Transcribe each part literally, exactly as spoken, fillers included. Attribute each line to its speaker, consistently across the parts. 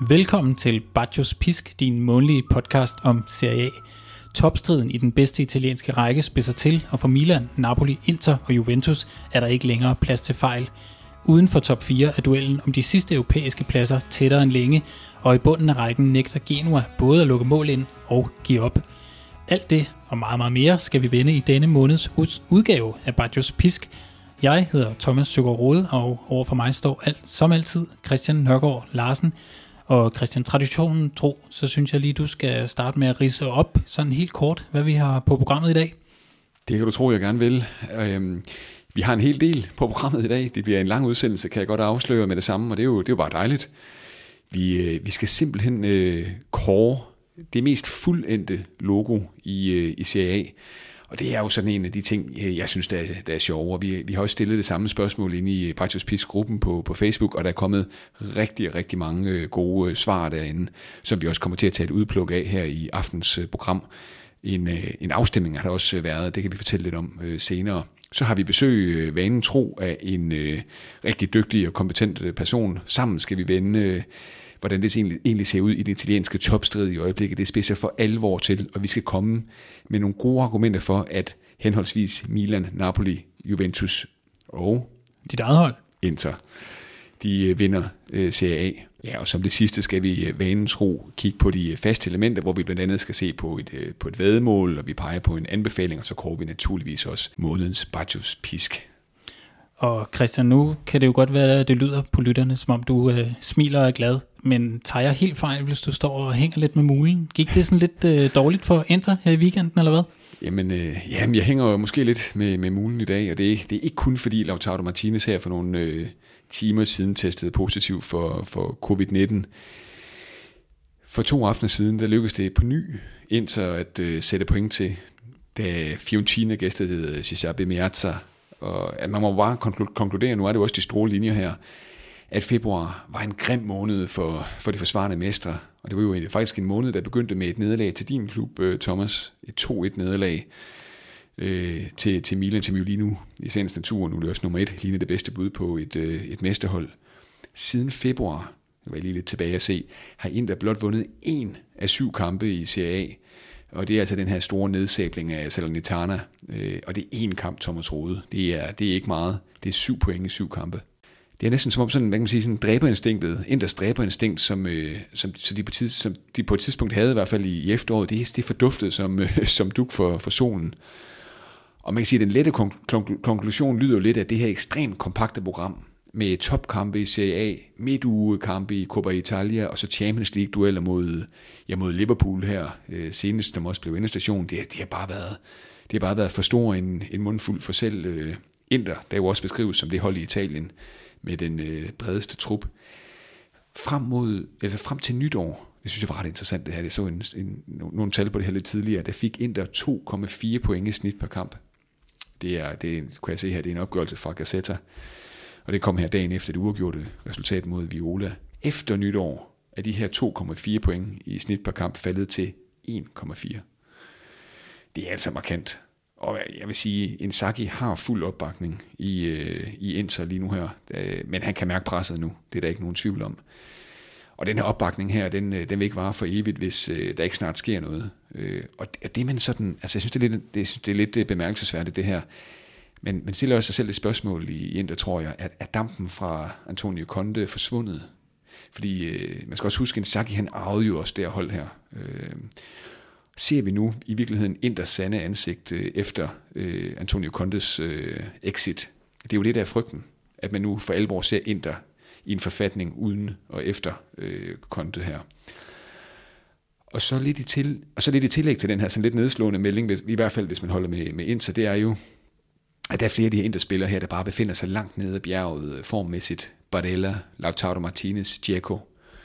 Speaker 1: Velkommen til Baccios Pisk, din månedlige podcast om Serie A. Topstriden i den bedste italienske række spidser til, og for Milan, Napoli, Inter og Juventus er der ikke længere plads til fejl. Uden for top fire er duellen om de sidste europæiske pladser tættere end længe, og i bunden af rækken nægter Genoa både at lukke mål ind og give op. Alt det og meget, meget mere skal vi vende i denne måneds udgave af Baccios Pisk. Jeg hedder Thomas Søgaard Rode, og overfor mig står alt, som altid Christian Nørgaard Larsen. Og Christian, traditionen tro, så synes jeg lige, du skal starte med at ridse op sådan helt kort, hvad vi har på programmet i dag.
Speaker 2: Det kan du tro, jeg gerne vil. Øhm, vi har en hel del på programmet i dag. Det bliver en lang udsendelse, kan jeg godt afsløre med det samme, og det er jo, det er jo bare dejligt. Vi, øh, vi skal simpelthen øh, kåre det mest fuldendte logo i, øh, i Serie A. Og det er jo sådan en af de ting, jeg synes, der er, der er sjove. Og vi, vi har også stillet det samme spørgsmål inde i Baccios Pisk-gruppen på, på Facebook, og der er kommet rigtig, rigtig mange gode svar derinde, som vi også kommer til at tage et udpluk af her i aftens program. En, en afstemning har der også været, det kan vi fortælle lidt om senere. Så har vi besøg, vanen tro, af en øh, rigtig dygtig og kompetent person. Sammen skal vi vende, øh, hvordan det egentlig, egentlig ser ud i det italienske topstrid i øjeblikket. Det spidser for alvor til, og vi skal komme med nogle gode argumenter for, at henholdsvis Milan, Napoli, Juventus og
Speaker 1: dit eget hold,
Speaker 2: Inter, de øh, vinder øh, Serie A. Ja, og som det sidste skal vi øh, vanen tro kigge på de faste elementer, hvor vi blandt andet skal se på et, øh, på et væddemål, og vi peger på en anbefaling, og så kårer vi naturligvis også månedens Baccios Pisk.
Speaker 1: Og Christian, nu kan det jo godt være, at det lyder på lytterne, som om du øh, smiler og er glad, men tager jeg helt fejl, hvis du står og hænger lidt med mulen? Gik det sådan lidt øh, dårligt for Inter her i weekenden, eller hvad?
Speaker 2: Jamen, øh, jamen jeg hænger jo måske lidt med, med mulen i dag, og det, det er ikke kun fordi Lautaro Martinez her for nogle øh, timer siden testede positiv for, for covid nitten. For to aftener siden, der lykkedes det på ny Inter at øh, sætte point til, da Fiorentina gæstede Giuseppe Meazza. Og at man må bare konkludere, nu er det jo også de store linjer her, at februar var en grim måned for, for de forsvarende mestre. Og det var jo faktisk en måned, der begyndte med et nederlag til din klub, Thomas. Et to et nederlag øh, til, til Milan, som jo lige nu i sagens natur, nu er det også nummer et, ligner det bedste bud på et, øh, et mesterhold. Siden februar, jeg var lige lidt tilbage at se, har Inter blot vundet en af syv kampe i Serie A. Og det er altså den her store nedsabling af Salernitana. Øh, og det er én kamp, Thomas Rode. Det er, det er ikke meget. Det er syv point i syv kampe. Det er næsten som om sådan, hvad kan man sige, sådan dræberinstinktet, Inters dræberinstinkt, som, øh, som, så de, på tids, som de på et tidspunkt havde, i hvert fald i, i efteråret, det, det er forduftet som, øh, som dug for, for solen. Og man kan sige, at den lette konklusion lyder jo lidt af det her ekstremt kompakte program, med topkampe i Serie A, midtugekampe i Coppa Italia, og så Champions League-dueller mod, ja, mod Liverpool her, øh, senest, som også blev endestation. Det, det, har bare været, det har bare været for stor en, en mundfuld for selv øh, Inter, der jo også beskrives som det hold i Italien, med den øh, bredeste trup. Frem, mod, altså frem til nytår, det synes jeg var ret interessant det her, jeg så en, en, nogle tal på det her lidt tidligere, der fik Inter to komma fire point i snit per kamp. Det er, det kunne jeg se her, det er en opgørelse fra Gazzetta. Og det kom her dagen efter det uafgjorte resultat mod Viola. Efter nytår er de her to komma fire point i snit per kamp faldet til en komma fire. Det er altså markant. Og jeg vil sige, Inzaghi har fuld opbakning i, øh, i Inter lige nu her. Men han kan mærke presset nu. Det er der ikke nogen tvivl om. Og den her opbakning her, den, den vil ikke vare for evigt, hvis øh, der ikke snart sker noget. Øh, og det man sådan, altså jeg synes, det er lidt, det, det er lidt bemærkelsesværdigt det her. Men, men stiller også sig selv et spørgsmål i Inter, tror jeg, at er dampen fra Antonio Conte forsvundet? Fordi øh, man skal også huske, at Inzaghi, han arvede jo også det her hold her. Øh, ser vi nu i virkeligheden Inters sande ansigt øh, efter øh, Antonio Contes øh, exit? Det er jo det, der er frygten, at man nu for alvor ser Inter i en forfatning uden og efter øh, Conte her. Og så lidt i til, og så lidt i tillæg til den her sådan lidt nedslående melding, i hvert fald hvis man holder med, med Inter, det er jo, at der er flere af de her Inter-spillere her, der bare befinder sig langt nede af bjerget, formmæssigt. Barella, Lautaro Martinez, Dzeko.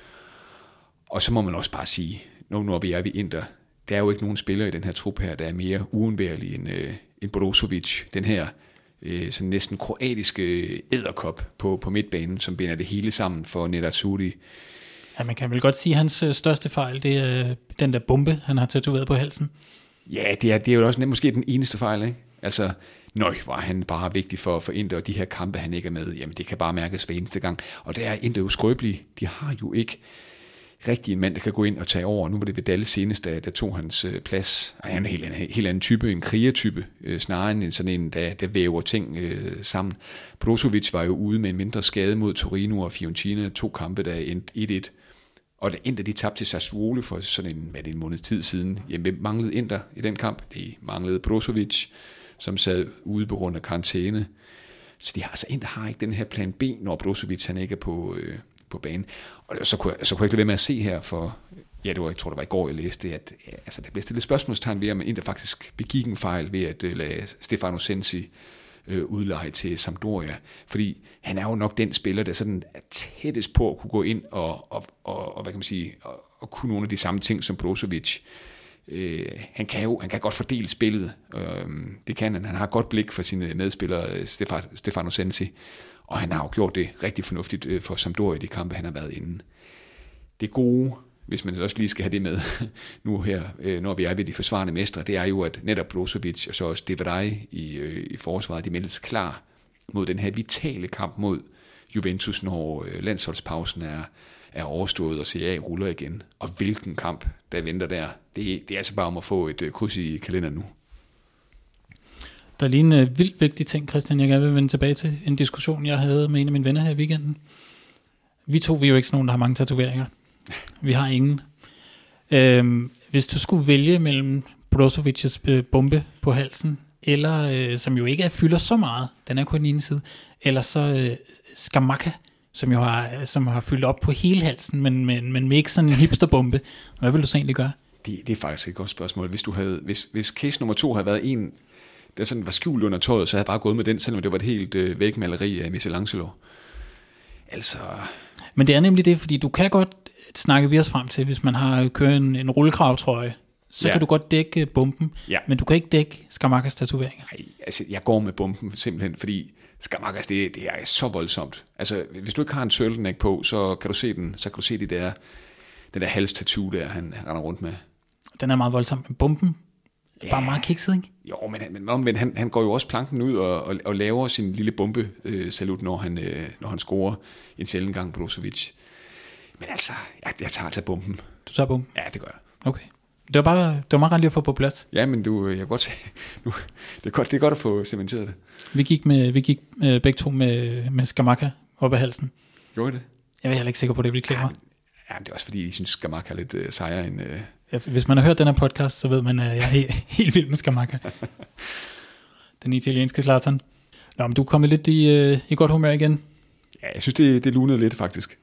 Speaker 2: Og så må man også bare sige, nu når vi er ved Inter, der er jo ikke nogen spillere i den her trup her, der er mere uundværlige end, øh, end Brozovic. Den her øh, sådan næsten kroatiske edderkop på, på midtbanen, som binder det hele sammen for Nerazzurri.
Speaker 1: Ja, man kan vel godt sige, at hans øh, største fejl, det er øh, den der bombe, han har tatoveret på halsen.
Speaker 2: Ja, det er, det er jo også måske den eneste fejl, ikke? Altså, nøj, var han bare vigtig for, for Inter, og de her kampe, han ikke er med, jamen det kan bare mærkes hver eneste gang. Og det er Inter jo skrøbelige. De har jo ikke rigtig en mand, der kan gå ind og tage over. Nu var det Vidal senest, der, der tog hans øh, plads. Og han er en helt, en helt anden type, en krigertype, øh, snarere end sådan en, der, der væver ting øh, sammen. Brozovic var jo ude med en mindre skade mod Torino og Fiorentina, to kampe, der endte et et. Og da Inter de tabte til Sassuolo for sådan en, hvad det, en måned tid siden. Jamen, hvem manglede Inter i den kamp? Det manglede Brozovic, som sad ude på grund af karantæne. Så de har, altså Inter har ikke den her plan B, når Brozovic han ikke er på, øh, på banen. Og så kunne, jeg, så kunne jeg ikke lade være med at se her for, ja, det var, jeg tror det var i går, jeg læste det, at ja, altså, der blev stillet spørgsmålstegn ved, at Inter faktisk begik en fejl ved at uh, lade Stefano Sensi uh, udleje til Sampdoria. Fordi han er jo nok den spiller, der sådan er tættest på at kunne gå ind og, og, og, og hvad kan man sige, og, og kunne nogle af de samme ting som Brozovic. Uh, han kan jo han kan godt fordele spillet. Uh, det kan han. Han har godt blik for sine medspillere, Stefano Sensi. Og han har jo gjort det rigtig fornuftigt for Sampdoria i de kampe, han har været inde. Det gode, hvis man også lige skal have det med nu her, når vi er ved de forsvarende mestre, det er jo, at netop Brozovic og så også Deveray i, i forsvaret, de meldes klar mod den her vitale kamp mod Juventus, når landsholdspausen er, er overstået, og Serie A ruller igen. Og hvilken kamp, der venter der. Det, det er altså bare om at få et kryds i kalenderen nu.
Speaker 1: Der er lige en uh, vildt vigtig ting, Christian, jeg gerne vil vende tilbage til. En diskussion, jeg havde med en af mine venner her i weekenden. Vi to, vi er jo ikke sådan nogen, der har mange tatoveringer. Vi har ingen. Øhm, hvis du skulle vælge mellem Brozovic's øh, bombe på halsen, eller øh, som jo ikke er, fylder så meget, den er kun den ene side, eller så øh, Scamacca, som jo har, som har fyldt op på hele halsen, men, men, men med ikke sådan en hipsterbombe. Hvad vil du så egentlig gøre?
Speaker 2: Det, det er faktisk et godt spørgsmål. Hvis, du havde, hvis, hvis case nummer to havde været en, der sådan var skjult under tøjet, så havde jeg bare gået med den, selvom det var et helt øh, vægmaleri af Michelangelo. Altså...
Speaker 1: Men det er nemlig det, fordi du kan godt snakke vi os frem til, hvis man har kørt en, en rullekravtrøje, så ja. Kan du godt dække bomben, ja. Men du kan ikke dække Scamacca's tatoveringer.
Speaker 2: Nej, altså jeg går med bomben simpelthen, fordi Scamacca's, det, det er så voldsomt. Altså hvis du ikke har en turtleneck på, så kan du se den, så kan du se det der, den der halstattoo der, han render rundt med.
Speaker 1: Den er meget voldsom, men bomben er ja. Bare meget kikset, ikke?
Speaker 2: Jo, men, men, men han, han går jo også planken ud og, og, og laver sin lille bombe-salut, øh, når, han, øh, når han scorer en sjælden gang på Brozovic. Men altså, jeg, jeg tager altså bomben.
Speaker 1: Du tager bomben?
Speaker 2: Ja, det gør jeg.
Speaker 1: Okay. Det var bare, det var meget rent lige at få på plads.
Speaker 2: Ja, men du, jeg kan godt se, nu, det, er godt, det er godt at få cementeret det.
Speaker 1: Vi gik, med, vi gik øh, begge to med, med Scamacca op ad halsen.
Speaker 2: Gjorde det?
Speaker 1: Jeg er heller ikke sikker på, at det ville klæde mig.
Speaker 2: Ja, men det er også fordi, jeg synes, Scamacca er lidt øh, sejere end... Øh...
Speaker 1: Altså, hvis man har hørt den her podcast, så ved man, at jeg er helt, helt vild med Scamacca. Den italienske Zlatan. Nå, men du er kommet lidt i, øh, i godt humør igen.
Speaker 2: Ja, jeg synes, det, det lunede lidt, faktisk.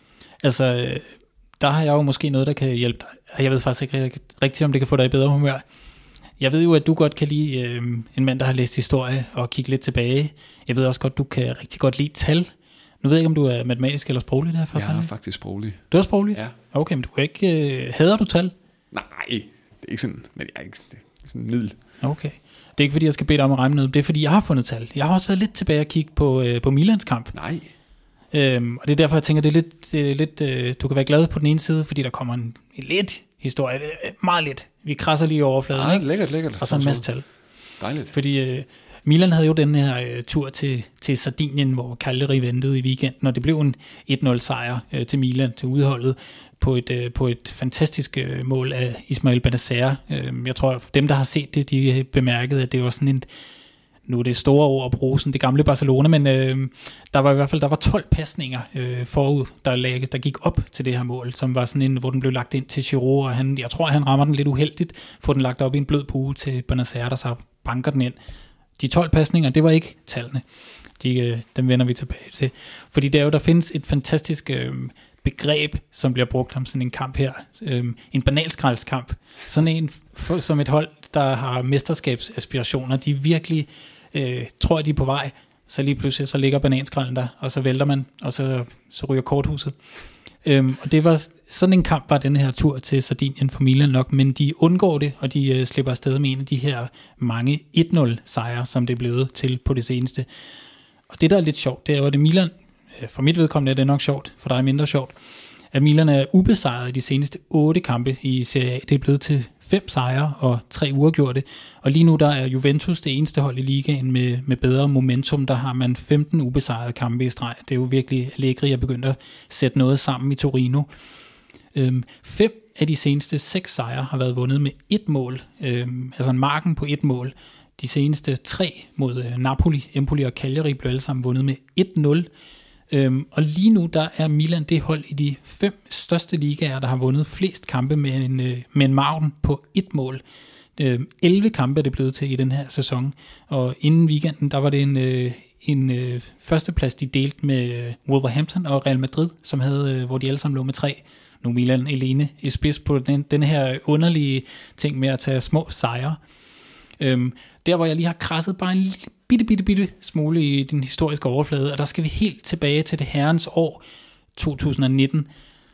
Speaker 1: Altså, der har jeg jo måske noget, der kan hjælpe dig. Jeg ved faktisk ikke rigtigt, om det kan få dig i bedre humør. Jeg ved jo, at du godt kan lide øh, en mand, der har læst historie og kigge lidt tilbage. Jeg ved også godt, du kan rigtig godt lide tal. Nu ved jeg ikke, om du er matematisk eller sproglig der. For
Speaker 2: jeg er faktisk sproglig.
Speaker 1: Du er sproglig?
Speaker 2: Ja.
Speaker 1: Okay, men du er ikke... Øh, hader du tal?
Speaker 2: Nej, det er ikke sådan, men jeg er ikke det er sådan middel.
Speaker 1: Okay. Det er ikke, fordi jeg skal bede dig om at regne noget. Det er, fordi jeg har fundet tal. Jeg har også været lidt tilbage og kigge på, øh, på Milans kamp.
Speaker 2: Nej.
Speaker 1: Øhm, og det er derfor, jeg tænker, det er lidt... Det er lidt øh, du kan være glad på den ene side, fordi der kommer en, en lidt historie. Meget lidt. Vi krasser lige i overfladen.
Speaker 2: Nej,
Speaker 1: ikke?
Speaker 2: lækkert, lækkert.
Speaker 1: Og så en masse tal.
Speaker 2: Dejligt.
Speaker 1: Fordi øh, Milan havde jo den her øh, tur til, til Sardinien, hvor Cagliari ventede i weekenden, og det blev en et nul sejr øh, til Milan, til udholdet, på et, øh, på et fantastisk øh, mål af Ismail Benacer. Øh, jeg tror, dem, der har set det, de bemærkede, at det var sådan en... Nu er det store ord at bruge sådan det gamle Barcelona, men øh, der var i hvert fald der var tolv pasninger øh, forud, der, lag, der gik op til det her mål, som var sådan en, hvor den blev lagt ind til Giroud, og han, jeg tror, han rammer den lidt uheldigt, får den lagt op i en blød bue til Benacer, der så banker den ind. De tolv pasninger, det var ikke tallene. De, øh, dem vender vi tilbage til. Fordi der jo, der findes et fantastisk øh, begreb, som bliver brugt om sådan en kamp her. Øh, en banalskraldskamp. Sådan en for, som et hold, der har mesterskabsaspirationer, de virkelig øh, tror, at de er på vej. Så lige pludselig, så ligger bananskralden der, og så vælter man, og så, så ryger korthuset. Øhm, og det var sådan en kamp, var den her tur til Sardinien for Milan nok, men de undgår det, og de øh, slipper afsted med en af de her mange et nul sejre, som det er blevet til på det seneste. Og det, der er lidt sjovt, det er jo, at Milan, øh, for mit vedkommende er det nok sjovt, for dig er mindre sjovt, at Milan er ubesejret i de seneste otte kampe i Serie A. Det er blevet til fem sejre og tre uafgjorte. Og lige nu der er Juventus det eneste hold i ligaen med, med bedre momentum. Der har man femten ubesejrede kampe i streg. Det er jo virkelig Allegri er begyndt at sætte noget sammen i Torino. Øhm, fem af de seneste seks sejre har været vundet med et mål, øhm, altså en marken på et mål. De seneste tre mod øh, Napoli, Empoli og Cagliari blev alle sammen vundet med et nul. Øhm, og lige nu der er Milan det hold i de fem største ligaer, der har vundet flest kampe med en, øh, med en margen på et mål. Øhm, elleve kampe er det blevet til i den her sæson, og inden weekenden der var det en, øh, en øh, førsteplads, de delte med øh, Wolverhampton og Real Madrid, som havde, øh, hvor de alle sammen lå med tre. Nu Milan alene i spids på den, den her underlige ting med at tage små sejre. Øhm, der hvor jeg lige har krasset bare en lille bitte, bitte, bitte smule i den historiske overflade, og der skal vi helt tilbage til det herrens år to tusind nitten.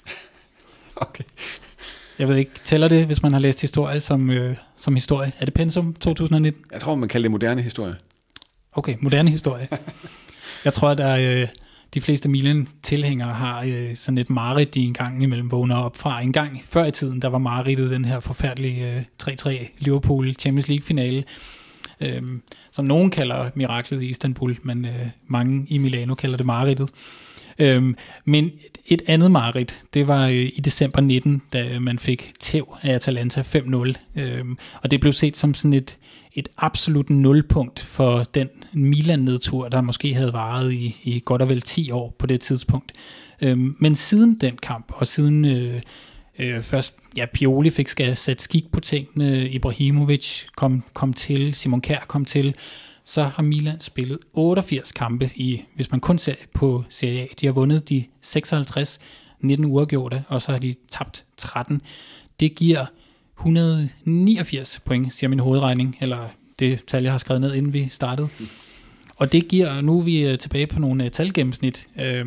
Speaker 2: Okay.
Speaker 1: Jeg ved ikke, tæller det, hvis man har læst historie som, øh, som historie? Er det pensum to tusind nitten?
Speaker 2: Jeg tror, man kalder det moderne historie.
Speaker 1: Okay, moderne historie. Jeg tror, at der, øh, de fleste Milan-tilhængere har øh, sådan et mareridt, de en gang imellem vågner op fra. En gang før i tiden, der var mareridtet den her forfærdelige øh, tre tre Liverpool Champions League-finale, øh, som nogen kalder miraklet i Istanbul, men øh, mange i Milano kalder det mareridtet. Øhm, men et andet mareridt, det var øh, i december nitten, da man fik tæv af Atalanta fem nul, øhm, og det blev set som sådan et, et absolut nulpunkt for den Milan-nedtur, der måske havde varet i, i godt og vel ti år på det tidspunkt. Øhm, men siden den kamp, og siden øh, øh, først ja, Pioli fik skal sætte skik på tingene, Ibrahimovic kom, kom til, Simon Kjær kom til, så har Milan spillet otteogfirs kampe i, hvis man kun ser på Serie A. De har vundet de seksoghalvtreds, nitten uafgjorte, og så har de tabt tretten. Det giver et hundrede og niogfirs point, siger min hovedregning, eller det tal, jeg har skrevet ned, inden vi startede. Og det giver, nu er vi tilbage på nogle talgennemsnit,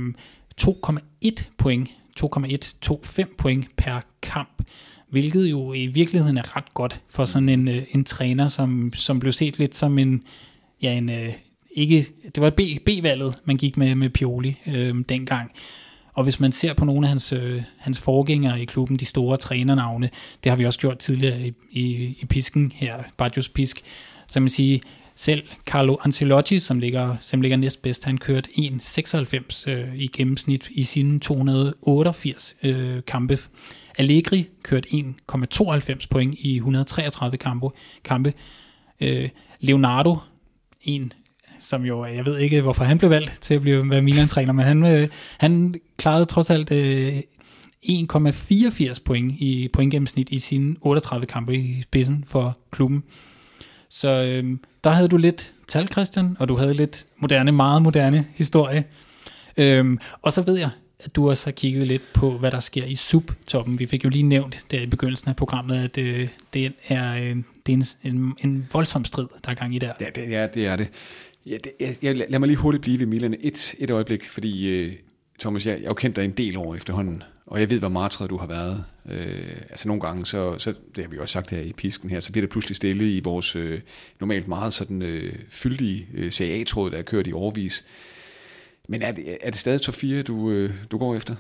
Speaker 1: to komma et point, to komma et to fem point per kamp, hvilket jo i virkeligheden er ret godt for sådan en, en træner, som, som blev set lidt som en, ja en, ikke, det var B, B-valget, man gik med, med Pioli øh, dengang. Og hvis man ser på nogle af hans, øh, hans forgængere i klubben, de store trænernavne, det har vi også gjort tidligere i, i, i pisken her, Bargios pisk, så man sige, selv Carlo Ancelotti, som ligger, som ligger næstbedst, han kørte en komma seksoghalvfems øh, i gennemsnit i sine to hundrede og otteogfirs øh, kampe. Allegri kørte en komma tooghalvfems point i et hundrede og treogtredive kampe. kampe. Øh, Leonardo, en, som jo, jeg ved ikke, hvorfor han blev valgt til at blive være Milan-træner, men han, øh, han klarede trods alt øh, en komma fireogfirs point i pointgennemsnit i sine otteogtredive kampe i spidsen for klubben. Så øh, der havde du lidt tal, Christian, og du havde lidt moderne, meget moderne historie. Øh, og så ved jeg, at du også har kigget lidt på, hvad der sker i subtoppen. Vi fik jo lige nævnt der i begyndelsen af programmet, at øh, det er, øh, det er en, en, en voldsom strid, der er gang i der.
Speaker 2: Ja, det, ja, det er det. Ja, det jeg, jeg, lad mig lige hurtigt blive ved Milan et, et øjeblik, fordi øh, Thomas, jeg, jeg har jo kendt dig en del år efterhånden, og jeg ved, hvor martret du har været. Øh, altså nogle gange, så, så det har vi også sagt her i pisken her, så bliver det pludselig stille i vores øh, normalt meget sådan øh, fyldige øh, Serie A-tråd, der er kørt i årevis. Men er det, er det stadig top fire, du, øh, du går efter?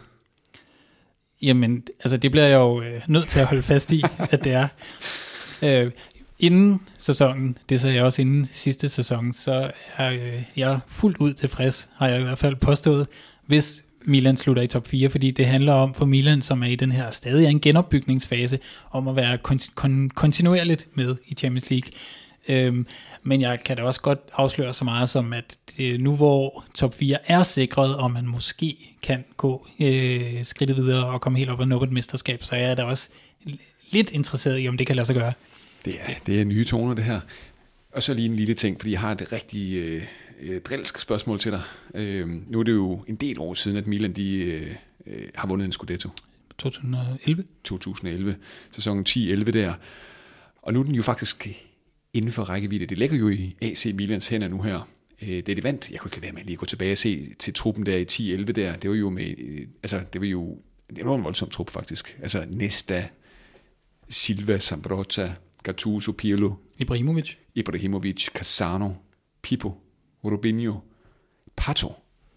Speaker 1: Jamen, altså det bliver jeg jo øh, nødt til at holde fast i, at det er. Øh, inden sæsonen, det sagde jeg også inden sidste sæson, så er øh, jeg fuldt ud tilfreds, har jeg i hvert fald påstået, hvis Milan slutter i top fire, fordi det handler om for Milan, som er i den her stadig en genopbygningsfase, om at være kon- kon- kontinuerligt med i Champions League. Øhm, men jeg kan da også godt afsløre så meget som, at det, nu hvor top fire er sikret, og man måske kan gå øh, skridtet videre og komme helt op og nå et mesterskab, så er jeg da også lidt interesseret i, om det kan lade sig gøre.
Speaker 2: Det er, det er nye toner, det her. Og så lige en lille ting, fordi jeg har et rigtig øh, drilsk spørgsmål til dig. Øh, nu er det jo en del år siden, at Milan de, øh, har vundet en Scudetto.
Speaker 1: to tusind og elleve
Speaker 2: to tusind og elleve, sæsonen ti elleve der. Og nu er den jo faktisk inden for rækkevidde. Det ligger jo i A C Milans hænder nu her. Det er det vandt. Jeg kunne ikke lade være med at lige gå tilbage og se til truppen der i ti elleve der. Det var jo med, altså det var jo, det var en voldsom trup faktisk. Altså Nesta, Silva, Zambrotta, Gattuso, Pirlo,
Speaker 1: Ibrahimovic,
Speaker 2: Ibrahimovic, Cassano, Pippo, Robinho, Pato.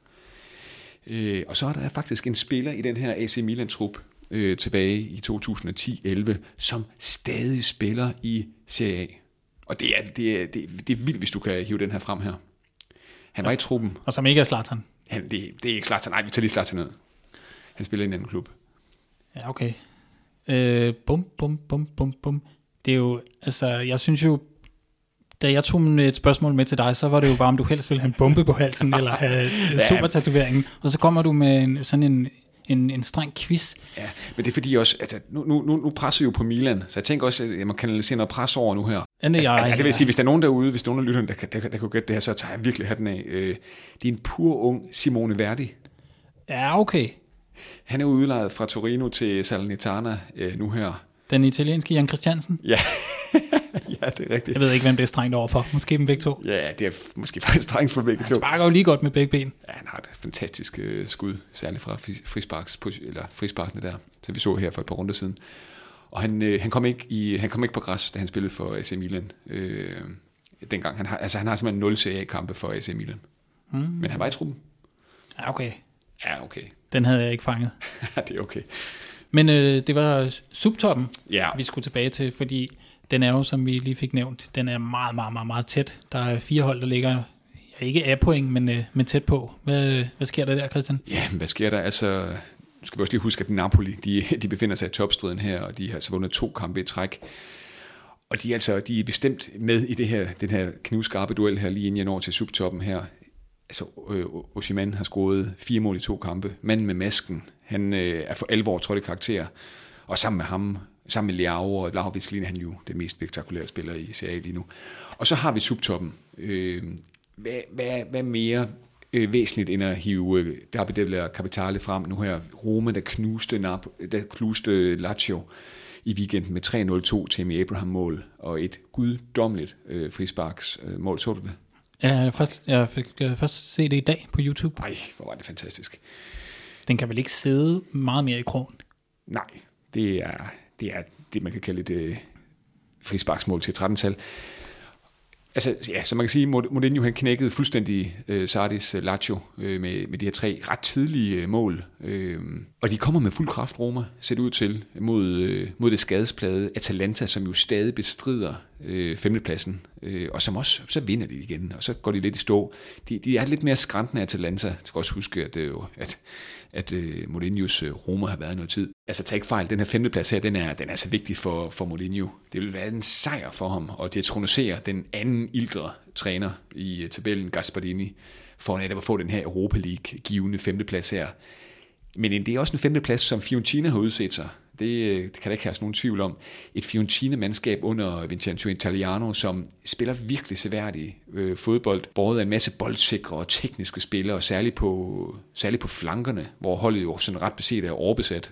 Speaker 2: Øh, og så er der faktisk en spiller i den her A C Milan-trup øh, tilbage i to tusind og ti elleve, som stadig spiller i Serie A. Og det er, det, er, det, det er vildt, hvis du kan hive den her frem her. Han var altså, i truppen.
Speaker 1: Og som ikke er Zlatan.
Speaker 2: Han, det, det er ikke Zlatan. Nej, vi tager lige Zlatan ned. Han spiller i en anden klub.
Speaker 1: Ja, okay. Øh, bum, bum, bum, bum, bum. Det er jo, altså, jeg synes jo, da jeg tog et spørgsmål med til dig, så var det jo bare, om du helst ville have en bombe på halsen, eller have supertatoveringen. Og så kommer du med en, sådan en, en, en streng quiz.
Speaker 2: Ja, men det er fordi også, altså, nu, nu, nu presser jo på Milan, så jeg tænker også, at jeg må kanalisere noget pres over nu her.
Speaker 1: Ja, det,
Speaker 2: altså,
Speaker 1: jeg,
Speaker 2: ja, det vil sige, hvis der er nogen derude, hvis der er nogen af lytterne, der, der, der, der kunne gætte det her, så tager jeg virkelig hatten af. Øh, det er en pur ung Simone Verdi.
Speaker 1: Ja, okay.
Speaker 2: Han er udlejet fra Torino til Salernitana øh, nu her.
Speaker 1: Den italienske Jan Christiansen?
Speaker 2: Ja. Ja, det er rigtigt.
Speaker 1: Jeg ved ikke, hvem det er strengt overfor. Måske dem begge to.
Speaker 2: Ja, det er måske faktisk strengt for begge
Speaker 1: han
Speaker 2: to.
Speaker 1: Han sparker jo lige godt med begge ben.
Speaker 2: Ja, han har et fantastisk øh, skud, særligt fra frisparks, eller frisparkene der, som vi så her for et par runder siden. Og han, øh, han, kom ikke i, han kom ikke på græs, da han spillede for A C Milan. Øh, dengang. Han har, altså, han har simpelthen nul Serie A-kampe for A C Milan. Mm. Men han var i truppen.
Speaker 1: Ja, okay.
Speaker 2: Ja, okay.
Speaker 1: Den havde jeg ikke fanget.
Speaker 2: Det er okay.
Speaker 1: Men øh, det var subtoppen,
Speaker 2: ja. vi
Speaker 1: skulle tilbage til, fordi den er jo, som vi lige fik nævnt, den er meget, meget, meget, meget tæt. Der er fire hold, der ligger, ja, ikke af point, men, øh, men tæt på. Hvad, hvad sker der der, Christian?
Speaker 2: Ja, hvad sker der? Altså, nu skal vi også lige huske, at Napoli, de, de befinder sig i topstriden her, og de har så vundet to kampe i træk. Og de er, altså, de er bestemt med i det her, den her knivskarpe duel her, lige inden jeg når til subtoppen her. Altså, øh, Osimhen har scoret fire mål i to kampe. Manden med masken, han øh, er for alvor trådt i karakter. Og sammen med ham, sammen med Leao og Vlahovic, ligner han jo den mest spektakulære spiller i Serie A lige nu. Og så har vi subtoppen. Øh, hvad, hvad, hvad mere øh, væsentligt end at hive øh, Derby della Capitale frem nu her? Roma, der knuste, Nap- der knuste Lazio i weekenden med tre nul to Tammy Abraham-mål og et guddommeligt øh, frisparksmål. Øh, så du det?
Speaker 1: Ja, jeg, først, jeg fik jeg først se det i dag på YouTube.
Speaker 2: Nej, hvor var det fantastisk.
Speaker 1: Den kan vel ikke sidde meget mere i krogen?
Speaker 2: Nej, det er det, er det man kan kalde et øh, frisparksmål til tretten-tal. Altså, ja, så man kan sige, Mourinho han knækkede fuldstændig øh, Sardis øh, Lazio øh, med, med de her tre ret tidlige øh, mål. Øh, og de kommer med fuld kraft, Roma, set ud til, mod, øh, mod det skadesplade Atalanta, som jo stadig bestrider øh, femtepladsen. Øh, og som også, så vinder de igen, og så går de lidt i stå. De, de er lidt mere skrantende Atalanta. Jeg skal også huske, at, øh, at, at øh, Mourinhos øh, Roma har været noget tid. Altså, tag ikke fejl, den her femteplads her, den er, den er så vigtig for, for Mourinho. Det vil være en sejr for ham, og det tronoserer den anden ældre træner i uh, tabellen, Gasparini, for netop at få den her Europa League-givende femteplads her. Men det er også en femteplads, som Fiorentina har udset sig. Det, det kan der ikke have nogen tvivl om. Et Fiorentina-mandskab under Vincenzo Italiano, som spiller virkelig seværdig øh, fodbold, båret af en masse boldsikre og tekniske spillere, særligt på, særligt på flankerne, hvor holdet jo sådan ret beset er overbesat.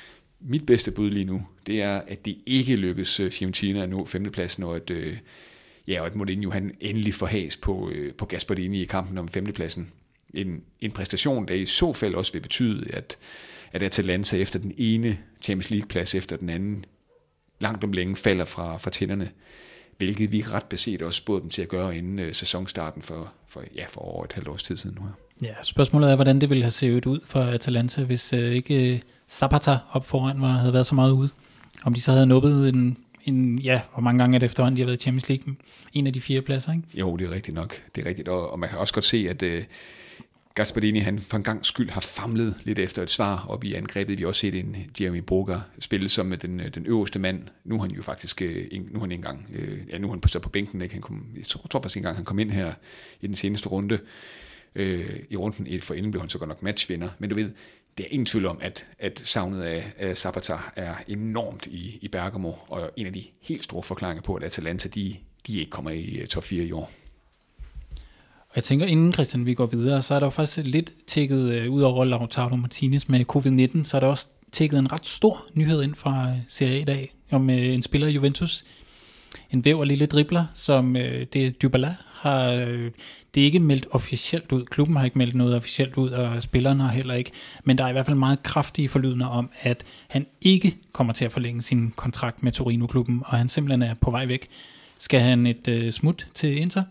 Speaker 2: Mit bedste bud lige nu, det er, at det ikke lykkes Fiorentina at nå femtepladsen, og at, øh, ja, og at Mourinho han endelig får has på, øh, på Gasparini i kampen om femtepladsen. En, en præstation, der i så fald også vil betyde, at, at Atalanta efter den ene Champions League-plads efter den anden, langt om længe falder fra, fra tænderne, hvilket vi ret beset også spurgte dem til at gøre inden øh, sæsonstarten for, for, ja, for over et halvt års tid siden nu her.
Speaker 1: Ja, spørgsmålet er, hvordan det ville have set ud for Atalanta, hvis øh, ikke øh, Zapata op foran var, havde været så meget ude. Om de så havde nubbet en, en, ja, hvor mange gange er det efterhånden, de har været i Champions League, en af de fire pladser, ikke?
Speaker 2: Jo, det er rigtigt nok. Det er rigtigt, og, og man kan også godt se, at øh, Gasparini, han for en gang skyld har famlet lidt efter et svar op i angrebet. Vi har også set en Jeremy Boga spille som den, den øverste mand. Nu er han jo faktisk, nu er han ikke engang, ja, nu er han på, på bænken, ikke? Han kom, jeg tror, tror faktisk ikke engang, han kom ind her i den seneste runde. Øh, I runden for inden blev han så godt nok matchvinder, men du ved, det er ingen tvivl om, at, at savnet af, af Zapata er enormt i, i Bergamo, og en af de helt store forklaringer på, at Atalanta, de, de ikke kommer i top fire i år.
Speaker 1: Og jeg tænker, inden Christian, vi går videre, så er der jo faktisk lidt tækket, uh, ud over Lautaro Martinez med covid nitten, så er der også tækket en ret stor nyhed ind fra Serie A i dag, om uh, en spiller i Juventus, en væver lille dribler, som uh, det er Dybala har, uh, det er ikke meldt officielt ud, klubben har ikke meldt noget officielt ud, og spilleren har heller ikke, men der er i hvert fald meget kraftige forlydender om, at han ikke kommer til at forlænge sin kontrakt med Torino-klubben, og han simpelthen er på vej væk. Skal han et uh, smut til Inter?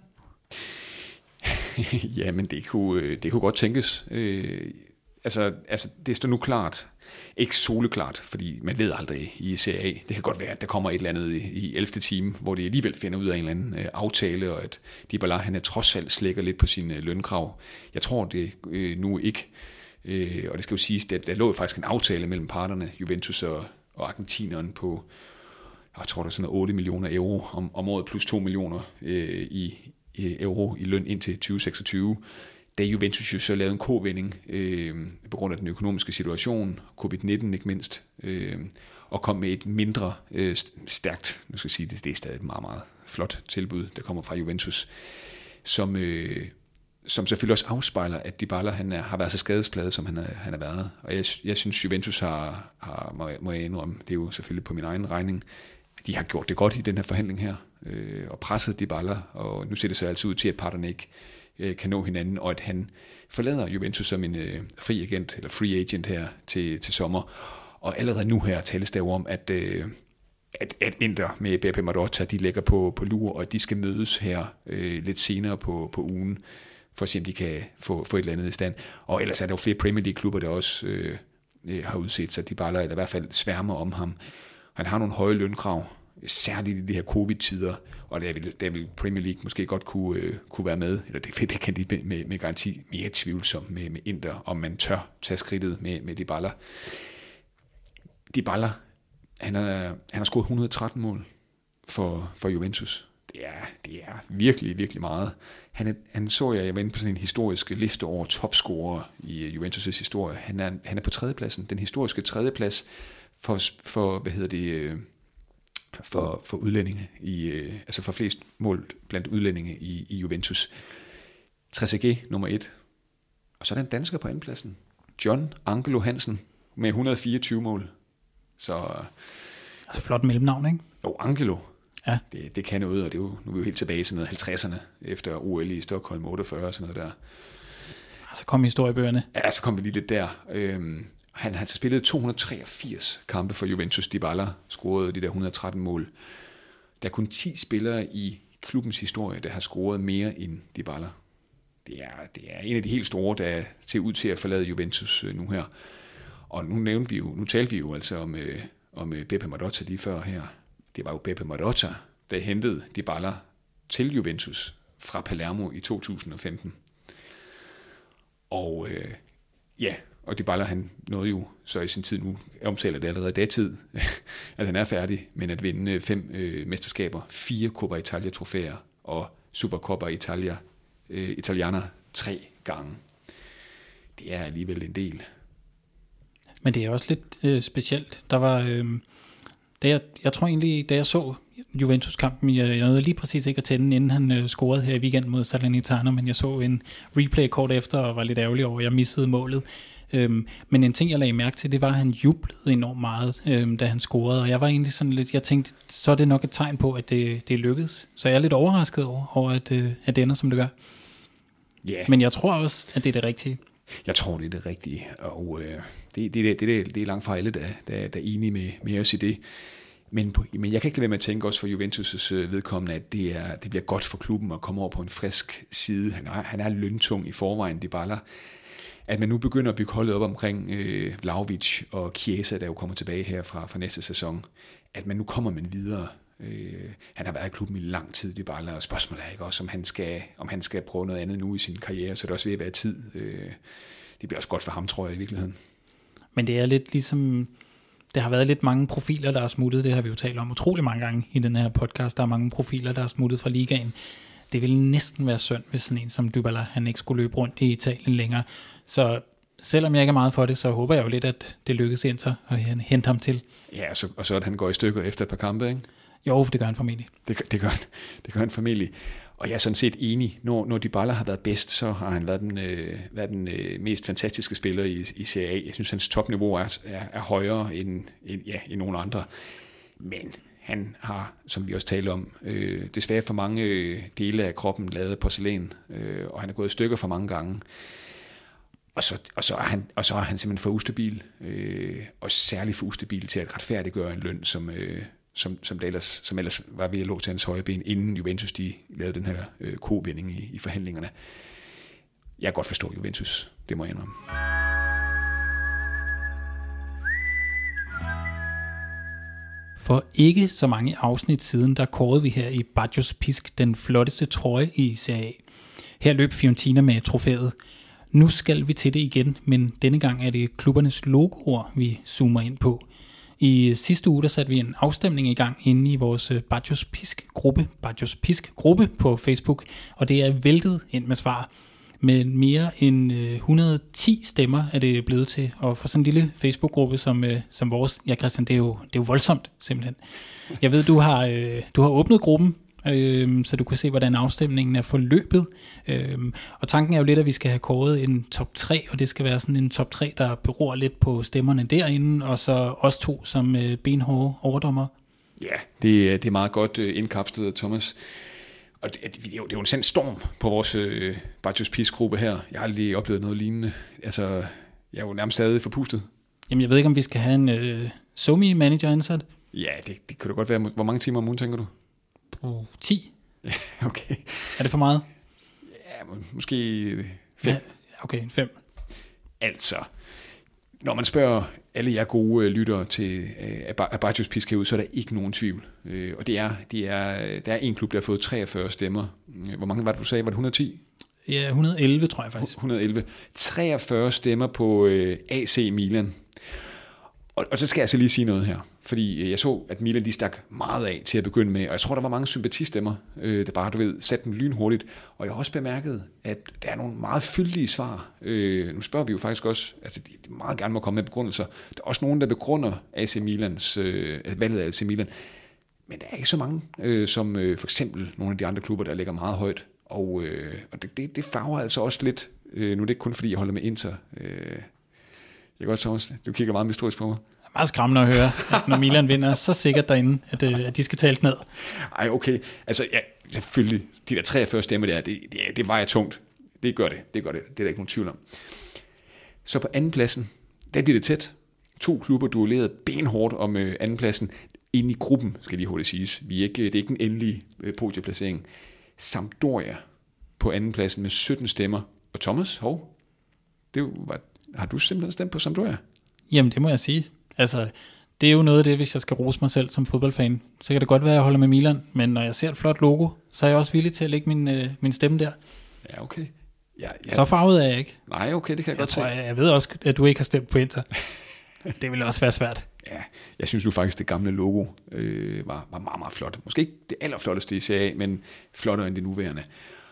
Speaker 2: Ja, men det kunne, det kunne godt tænkes. Øh, altså, altså, det står nu klart. Ikke soleklart, fordi man ved aldrig i Serie A. Det kan godt være, at der kommer et eller andet i, i ellevte time, hvor de alligevel finder ud af en eller anden øh, aftale, og at Dybala, han er trods alt slækker lidt på sine øh, lønkrav. Jeg tror det øh, nu ikke. Øh, og det skal jo siges, at der lå faktisk en aftale mellem parterne, Juventus og, og argentineren på, jeg tror der er sådan otte millioner euro om, om året, plus to millioner øh, i, i euro i løn indtil tyve seksogtyve. Da Juventus jo så lavede en kovending øh, på grund af den økonomiske situation, covid nitten ikke mindst, øh, og kom med et mindre øh, stærkt, nu skal jeg sige, det, det er stadig et meget, meget flot tilbud, der kommer fra Juventus, som, øh, som selvfølgelig også afspejler, at Dybala han er, har været så skadespladet, som han, er, han har været. Og jeg, jeg synes, Juventus har, har må, må jeg indrømme, det er jo selvfølgelig på min egen regning, de har gjort det godt i den her forhandling her, øh, og presset Dybala, og nu ser det så altså ud til, at parterne ikke øh, kan nå hinanden, og at han forlader Juventus som en øh, fri agent, eller free agent her til, til sommer. Og allerede nu her tales der jo om, at, øh, at, at Inter med B P Marotta, de ligger på, på lur, og de skal mødes her øh, lidt senere på, på ugen, for at se, om de kan få, få et eller andet i stand. Og ellers er der jo flere Premier League-klubber, der også øh, har udset sig, de bare eller i hvert fald sværmer om ham. Han har nogle høje lønkrav, særligt i de her covid-tider, og der vil, der vil Premier League måske godt kunne, øh, kunne være med, eller det, det kan de med, med garanti mere tvivlsomt med, med Inter, om man tør tage skridtet med, med Dybala. Dybala, han har, han har scoret et hundrede og tretten mål for, for Juventus. Det er, det er virkelig, virkelig meget. Han, er, han så jeg, jeg var inde på sådan en historisk liste over topscorer i Juventus' historie. Han er, han er på tredjepladsen, den historiske tredjeplads for, for hvad hedder det, for, for udlændinge, i, altså for flest mål blandt udlændinge i, i Juventus. Trezeguet nummer et. Og så er der en dansker på andenpladsen. John Angelo Hansen med et hundrede og fireogtyve mål. Så
Speaker 1: altså flot mellemnavn, ikke?
Speaker 2: Jo, Angelo.
Speaker 1: Ja.
Speaker 2: Det, det kan noget, og det er jo, nu er vi jo helt tilbage til halvtredserne, efter O L i Stockholm otteogfyrre og sådan noget der.
Speaker 1: Så kom historiebøgerne.
Speaker 2: Ja, så kom vi lige lidt der. Øhm, han har spillet to hundrede og treogfirs kampe for Juventus. Dybala scorede de der et hundrede og tretten mål. Der er kun ti spillere i klubbens historie, der har scoret mere end Dybala. Det er, det er en af de helt store, der ser ud til at forlade Juventus nu her. Og nu nævnte vi jo, nu talte vi jo altså om, øh, om B P Marotta lige før her. Det var jo B P Marotta, der hentede Dybala til Juventus fra Palermo i to tusind og femten. Og øh, ja, og Dybala han nåede jo så i sin tid, nu omtaler det allerede datid, at han er færdig, men at vinde fem øh, mesterskaber, fire Coppa Italia trofæer og Supercoppa Italia, øh, Italiana tre gange. Det er alligevel en del.
Speaker 1: Men det er også lidt øh, specielt. Der var, øh, da jeg, jeg tror egentlig, da jeg så Juventus-kampen, jeg, jeg nåede lige præcis ikke at tænde, inden han øh, scorede her i weekenden mod Salernitana, men jeg så en replay kort efter og var lidt ærgerlig over, at jeg missede målet. Øhm, men en ting, jeg lagde mærke til, det var, at han jublede enormt meget, øhm, da han scorede, og jeg var egentlig sådan lidt, jeg tænkte, så er det nok et tegn på, at det, det lykkedes. Så jeg er lidt overrasket over, over at, øh, at det ender, som det gør.
Speaker 2: Yeah.
Speaker 1: Men jeg tror også, at det er det rigtige. Jeg
Speaker 2: tror, det er det rigtige, og øh, det, det, det, det, det er langt fra alle, der, der, der er enige med, med os i det. Men, på, men jeg kan ikke lade være med at tænke også for Juventus' vedkommende, at det, er, det bliver godt for klubben at komme over på en frisk side. Han er, han er løntung i forvejen, Dybala. At man nu begynder at bygge holdet op omkring øh, Vlahovic og Chiesa, der jo kommer tilbage her fra, fra næste sæson. At man nu kommer man videre. Øh, han har været i klubben i lang tid, Dybala, og spørgsmålet er ikke også, om han, skal, om han skal prøve noget andet nu i sin karriere, så det er også ved at være tid. Øh, det bliver også godt for ham, tror jeg, i virkeligheden.
Speaker 1: Men det er lidt ligesom, det har været lidt mange profiler, der er smuttet, det har vi jo talt om utrolig mange gange i den her podcast, der er mange profiler, der er smuttet fra ligaen. Det ville næsten være synd, hvis sådan en som Dybala, han ikke skulle løbe rundt i Italien længere. Så selvom jeg ikke er meget for det, så håber jeg jo lidt, at det lykkes Inter at hente ham til.
Speaker 2: Ja, og så, og så at han går i stykker efter et par kampe, ikke?
Speaker 1: Jo, det gør han formentlig.
Speaker 2: Det, det, gør, han, det gør han formentlig. Og jeg er sådan set enig. Når, når Dybala har været bedst, så har han været den, øh, været den øh, mest fantastiske spiller i, i Serie A. Jeg synes, hans topniveau er, er, er højere end, end, ja, end nogen andre. Men han har, som vi også talte om, øh, desværre for mange øh, dele af kroppen lavet porcelæn, øh, og han er gået i stykker for mange gange. Og så, og så, er, han, og så er han simpelthen for ustabil, øh, og særligt for ustabil til at retfærdiggøre en løn, som, øh, som, som, ellers, som ellers var ved at lå til hans højre ben, inden Juventus de lavede den her øh, kovending i, i forhandlingerne. Jeg kan godt forstå Juventus, det må jeg indrømme.
Speaker 1: For ikke så mange afsnit siden, der kårede vi her i Bajos Pisk den flotteste trøje i Serie A. Her løb Fiorentina med trofæet. Nu skal vi til det igen, men denne gang er det klubbernes logoer, vi zoomer ind på. I sidste uge der satte vi en afstemning i gang inde i vores Bajos Pisk-gruppe, Bajos Pisk-gruppe på Facebook, og det er væltet ind med svar. Med mere end et hundrede og ti stemmer er det blevet til, og for sådan en lille Facebook-gruppe som, som vores, ja Christian, det er, jo, det er jo voldsomt simpelthen. Jeg ved, du har, du har åbnet gruppen, øh, så du kan se, hvordan afstemningen er forløbet. Øh, og tanken er jo lidt, at vi skal have kåret en top tre, og det skal være sådan en top tre, der beror lidt på stemmerne derinde, og så os to som øh, benhårde overdommer.
Speaker 2: Ja, det, det er meget godt øh, indkapslet, Thomas. Og det, det, er jo, det er jo en sand storm på vores øh, Bajos Pisk-gruppe her. Jeg har aldrig oplevet noget lignende. Altså, jeg er jo nærmest stadig forpustet.
Speaker 1: Jamen, jeg ved ikke, om vi skal have en øh, SoMe-manager ansat?
Speaker 2: Ja, det, det kunne da godt være. Hvor mange timer om ugen, tænker du?
Speaker 1: På ti.
Speaker 2: Ja, okay.
Speaker 1: Er det for meget?
Speaker 2: Ja, må, måske fem.
Speaker 1: Ja, okay, fem.
Speaker 2: Altså, når man spørger alle jer gode øh, lyttere til øh, Bajos Pisk herude, så er der ikke nogen tvivl. Øh, og det er, det er, der er en klub, der har fået treogfyrre stemmer. Hvor mange var det, du sagde? Var det et hundrede og ti?
Speaker 1: Ja, et hundrede og elleve, tror jeg faktisk.
Speaker 2: et hundrede og elleve. treogfyrre stemmer på øh, A C Milan. Og, og så skal jeg så lige sige noget her. Fordi jeg så, at Milan de stak meget af til at begynde med. Og jeg tror, der var mange sympatistemmer, øh, der bare, du ved, satte den lynhurtigt. Og jeg har også bemærket, at der er nogle meget fyldige svar. Øh, nu spørger vi jo faktisk også, altså de meget gerne må komme med begrundelser. Der er også nogen, der begrunder A C Milans, øh, valget af A C Milan. Men der er ikke så mange, øh, som øh, for eksempel nogle af de andre klubber, der ligger meget højt. Og, øh, og det, det, det farver altså også lidt. Øh, nu er det ikke kun, fordi jeg holder med Inter. Øh, jeg kan også, Thomas, du kigger meget mysterisk på mig.
Speaker 1: Det er meget skræmmende at høre, at når Milan vinder, så sikkert derinde, at, at de skal tales ned.
Speaker 2: Ej, okay. Altså, ja, selvfølgelig, de der treogfyrre stemmer der, det, det, det vejer tungt. Det gør det, det gør det. Det er der ikke nogen tvivl om. Så på andenpladsen, der bliver det tæt. To klubber duellerede benhårdt om øh, andenpladsen. Inde i gruppen, skal lige hurtigt siges. Vi er ikke, det er ikke den endelige øh, podieplacering. Sampdoria på andenpladsen med sytten stemmer. Og Thomas, hov, det var, har du simpelthen stemt på Sampdoria?
Speaker 1: Jamen, det må jeg sige. Altså, det er jo noget af det, hvis jeg skal rose mig selv som fodboldfan. Så kan det godt være, at jeg holder med Milan, men når jeg ser et flot logo, så er jeg også villig til at lægge min, øh, min stemme der.
Speaker 2: Ja, okay. Ja, ja.
Speaker 1: Så farvet er jeg ikke.
Speaker 2: Nej, okay, det kan jeg, jeg godt
Speaker 1: tror,
Speaker 2: se.
Speaker 1: Jeg, jeg ved også, at du ikke har stemt på Inter. Det ville også være svært.
Speaker 2: Ja, jeg synes jo faktisk, det gamle logo øh, var, var meget, meget flot. Måske ikke det allerflotteste i Serie A, men flottere end det nuværende.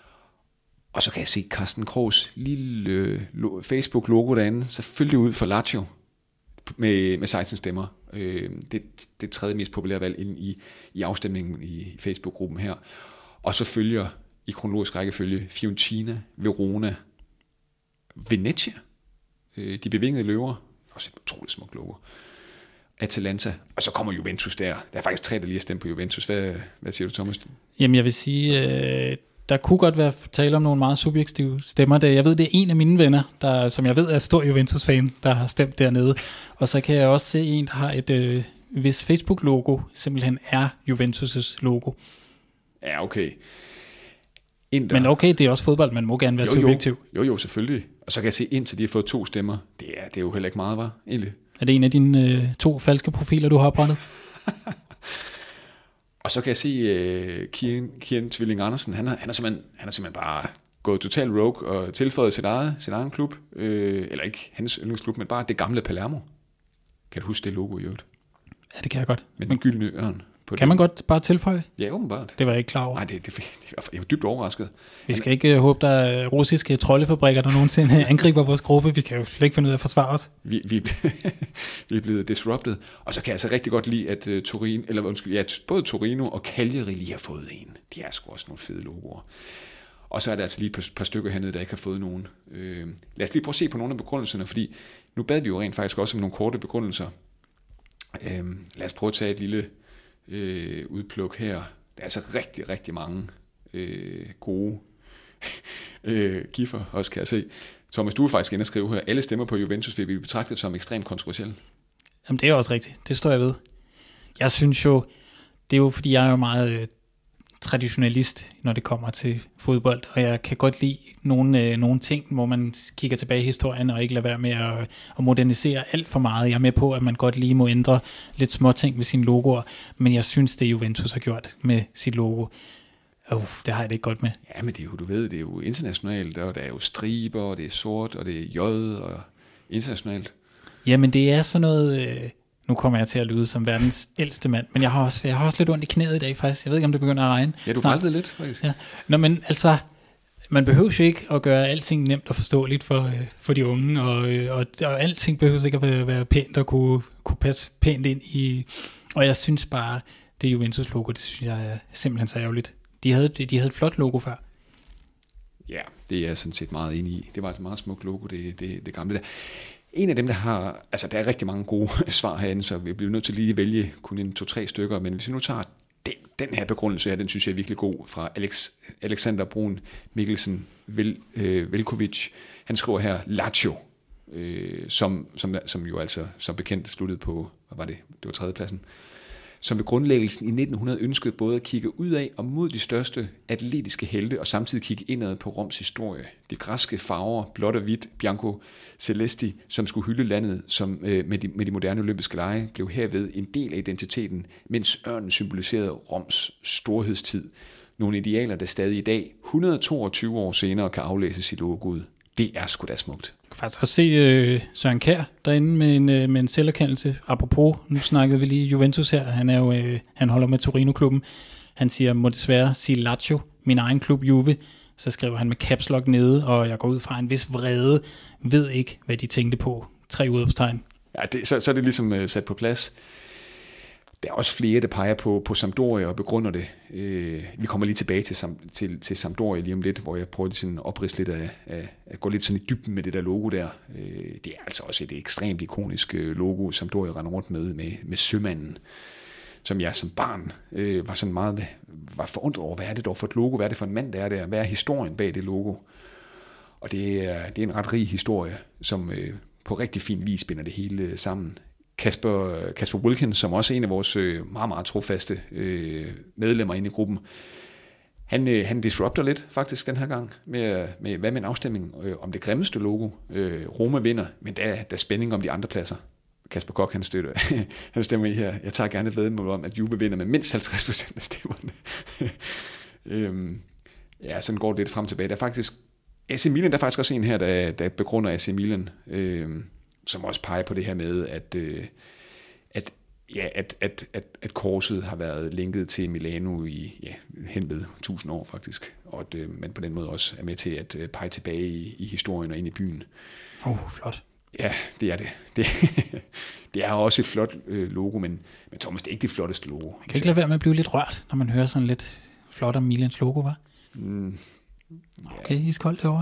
Speaker 2: Og så kan jeg se Carsten Krogs lille øh, Facebook-logo derinde, selvfølgelig ud for Lazio, med, med seksten stemmer. Øh, det, det tredje mest populære valg inde i, i afstemningen i Facebook-gruppen her. Og så følger i kronologisk rækkefølge Fiorentina, Verona, Venezia, øh, de bevingede løver, også et utroligt smukt logo, Atalanta, og så kommer Juventus der. Der er faktisk tre, der lige har stemt på Juventus. Hvad, hvad siger du, Thomas?
Speaker 1: Jamen, jeg vil sige, øh, der kunne godt være tale om nogle meget subjektive stemmer. Jeg ved, det er en af mine venner, der, som jeg ved er stor Juventus-fan, der har stemt dernede. Og så kan jeg også se en, der har et, øh, hvis Facebook-logo simpelthen er Juventus' logo.
Speaker 2: Ja, okay. Inter.
Speaker 1: Men okay, det er også fodbold, man må gerne være
Speaker 2: jo, jo.
Speaker 1: subjektiv.
Speaker 2: Jo, jo, selvfølgelig. Og så kan jeg se, indtil de har fået to stemmer, det er, det er jo heller ikke meget, var egentlig.
Speaker 1: Er det en af dine øh, to falske profiler, du har oprettet?
Speaker 2: Og så kan jeg se uh, Kieran, Kieran Tvilling Andersen, han har, han, er simpelthen, han er simpelthen bare gået total rogue og tilføjet sit eget, sin egen klub. Øh, eller ikke hans yndlingsklub, men bare det gamle Palermo. Kan du huske det logo i øvrigt?
Speaker 1: Ja, det kan jeg godt.
Speaker 2: Med den gyldne ørn. På
Speaker 1: kan det. Man godt bare tilføje?
Speaker 2: Ja, åbenbart.
Speaker 1: Det var jeg ikke klar over.
Speaker 2: Nej, det, det, det, jeg var dybt overrasket.
Speaker 1: Vi skal ikke uh, håbe, der er russiske troldefabrikker, der nogensinde angriber vores gruppe. Vi kan jo slet ikke finde ud af at forsvare os.
Speaker 2: Vi, vi, vi er blevet disrupted. Og så kan jeg så rigtig godt lide, at uh, Torino, eller undskyld, ja, både Torino og Cagliari lige har fået en. De er sgu også nogle fede logoer. Og så er der altså lige et par, par stykker hernede, der ikke har fået nogen. Øh, lad os lige prøve at se på nogle af begrundelserne, fordi nu bad vi jo rent faktisk også om nogle korte begrundelser. Øh, lad os prøve at tage et lille øh, udpluk her. Der er altså rigtig, rigtig mange øh, gode øh, giffer også, kan jeg se. Thomas, du er faktisk inde at skrive her, alle stemmer på Juventus vil blive betragtet som ekstremt kontroversielle.
Speaker 1: Jamen det er også rigtigt, det står jeg ved. Jeg synes jo, det er jo fordi, jeg er jo meget øh, traditionalist, når det kommer til fodbold, og jeg kan godt lide nogle, øh, nogle ting, hvor man kigger tilbage i historien, og ikke lader være med at, at modernisere alt for meget. Jeg er med på, at man godt lige må ændre lidt små ting ved sine logoer, men jeg synes, det Juventus har gjort med sit logo, uh, det har jeg det ikke godt med.
Speaker 2: Ja, men det er jo, du ved, det er jo internationalt, og der er jo striber, og det er sort, og det er J, og internationalt.
Speaker 1: Jamen det er sådan noget, øh, nu kommer jeg til at lyde som verdens ældste mand, men jeg har også, jeg har også lidt ondt i knæet i dag faktisk. Jeg ved ikke, om det begynder at regne.
Speaker 2: Ja, du valgte lidt faktisk.
Speaker 1: Ja. Nå, men altså, man behøver jo ikke at gøre alting nemt og forståeligt for, øh, for de unge, og, øh, og, og alting behøver ikke at være, være pænt og kunne, kunne passe pænt ind i. Og jeg synes bare, det Juventus-logo, det synes jeg er simpelthen så ærgerligt. De havde, de havde et flot logo før.
Speaker 2: Ja, det er jeg sådan set meget enig i. Det var et meget smukt logo, det, det, det gamle der. En af dem, der har, altså der er rigtig mange gode svar herinde, så vi bliver nødt til lige at vælge kun en to-tre stykker, men hvis vi nu tager den, den her begrundelse her, den synes jeg er virkelig god, fra Alex, Alexander Brun Mikkelsen Vel, øh, Velkovic. Han skriver her, Lazio, øh, som, som, som jo altså som bekendt sluttede på, hvad var det, det var tredjepladsen, som ved grundlæggelsen i nitten hundrede ønskede både at kigge ud af og mod de største atletiske helte, og samtidig kigge indad på Roms historie. De græske farver, blåt og hvidt, bianco celesti, som skulle hylde landet som, øh, med, de, med de moderne olympiske lege, blev herved en del af identiteten, mens ørnen symboliserede Roms storhedstid. Nogle idealer, der stadig i dag, et hundrede og toogtyve år senere, kan aflæses i logoet. Det er sgu da smukt.
Speaker 1: Jeg kan faktisk også se øh, Søren Kjær derinde med en, øh, med en selverkendelse. Apropos, nu snakkede vi lige Juventus her. Han, er jo, øh, han holder med Torino-klubben. Han siger, må desværre sige Lazio, min egen klub Juve. Så skriver han med caps lock nede, og jeg går ud fra en vis vrede. Ved ikke, hvad de tænkte på. Tre udopstegn.
Speaker 2: Ja, det, så, så er det ligesom øh, sat på plads. Der er også flere, der peger på, på Sampdoria og begrunder det. Øh, vi kommer lige tilbage til, til, til Sampdoria lige om lidt, hvor jeg prøver sådan at opridse lidt af, af, at gå lidt sådan i dybden med det der logo der. Øh, det er altså også et ekstremt ikonisk logo, Sampdoria render rundt med, med, med sømanden, som jeg som barn øh, var sådan meget var forundret over, hvad er det dog for et logo, hvad er det for en mand, der er der, hvad er historien bag det logo. Og det er, det er en ret rig historie, som øh, på rigtig fin vis binder det hele sammen. Kasper, Kasper Wilkins, som også er en af vores øh, meget, meget trofaste øh, medlemmer inde i gruppen, han, øh, han disrupter lidt faktisk den her gang med, med hvad med en afstemning øh, om det grimmeste logo. Øh, Roma vinder, men der, der er spænding om de andre pladser. Kasper Koch, han støtter, han stemmer i her. Jeg tager gerne et vedmål om, at Juve vinder med mindst halvtreds procent af stemmerne. øhm, ja, sådan går det lidt frem og tilbage. Der er faktisk, A C Milan, der er faktisk også en her, der, der begrunder A C Milan, øh, som også peger på det her med, at, øh, at, ja, at, at, at, at korset har været linket til Milano i ja, hen ved tusind år faktisk, og at øh, man på den måde også er med til at øh, pege tilbage i, i historien og ind i byen.
Speaker 1: Åh, oh, flot.
Speaker 2: Ja, det er det. Det, det er også et flot øh, logo, men, men Thomas, det er ikke det flotteste logo.
Speaker 1: Man kan ikke lade være med at blive lidt rørt, når man hører sådan lidt flot om Milans logo, hva'? Mm, ja. Okay, iskoldt derovre.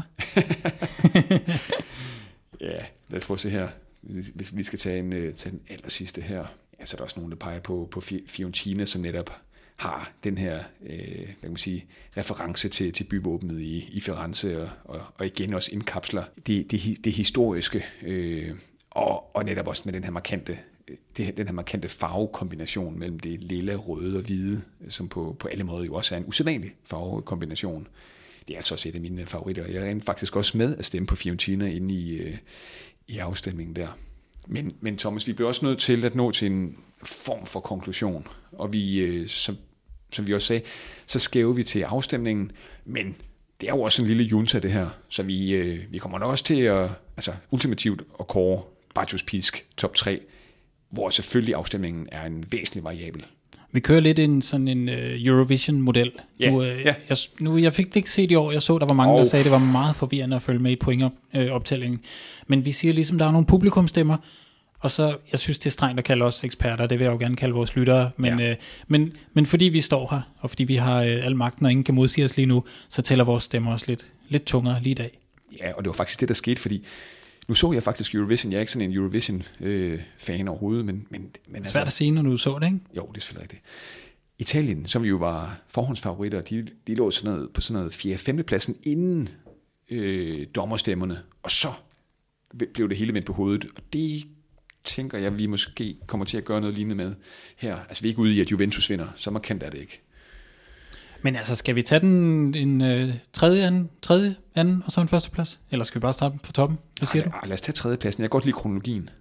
Speaker 2: Ja, lad os prøve at se her. Hvis vi skal tage, en, tage den aller sidste her, ja, så er der også nogen, der peger på, på Fiorentina, som netop har den her øh, hvad kan man sige, reference til, til byvåbnet i, i Firenze, og, og, og igen også indkapsler det, det, det historiske, øh, og, og netop også med den her markante, det, den her markante farvekombination mellem det lille, røde og hvide, som på, på alle måder jo også er en usædvanlig farvekombination. Det er altså også et af mine favoritter. Jeg er faktisk også med at stemme på Fiorentina inde i, øh, i afstemningen der. Men, men Thomas, vi bliver også nødt til at nå til en form for konklusion. Og vi, øh, som, som vi også sagde, så skæver vi til afstemningen. Men det er jo også en lille junta, det her. Så vi, øh, vi kommer nok også til at, altså ultimativt at kåre Bartosz Pisk top tre, hvor selvfølgelig afstemningen er en væsentlig variabel.
Speaker 1: Vi kører lidt en sådan en uh, Eurovision-model.
Speaker 2: Ja,
Speaker 1: nu, uh,
Speaker 2: ja.
Speaker 1: Jeg, nu, jeg fik det ikke set i år. Jeg så, der var mange, oh. der sagde, at det var meget forvirrende at følge med i pointoptællingen. Men vi siger ligesom, der er nogle publikumstemmer, og så, jeg synes, det er strengt at kalde os eksperter. Det vil jeg jo gerne kalde vores lyttere. Men, ja. uh, men, men fordi vi står her, og fordi vi har uh, al magten, og ingen kan modsige os lige nu, så tæller vores stemmer også lidt, lidt tungere lige i dag.
Speaker 2: Ja, og det var faktisk det, der skete, fordi nu så jeg faktisk Eurovision. Jeg er ikke sådan en Eurovision-fan øh, overhovedet. Men, men, men
Speaker 1: det er svært altså, at sige, når du så det, ikke?
Speaker 2: Jo, det er selvfølgelig rigtigt. Italien, som jo var forhåndsfavoritter, de, de lå sådan noget, på sådan noget fjerde femte pladsen inden øh, dommerstemmerne. Og så blev det hele vendt på hovedet. Og det tænker jeg, vi måske kommer til at gøre noget lignende med her. Altså vi er ikke ude i, at Juventus vinder. Så markant er det ikke.
Speaker 1: Men altså, skal vi tage den en øh, tredje, anden, tredje, anden og så en første plads? Eller skal vi bare starte fra toppen? Hvad siger
Speaker 2: ej,
Speaker 1: du?
Speaker 2: Ej, lad os tage tredje pladsen. Jeg kan godt lide kronologien. Jamen,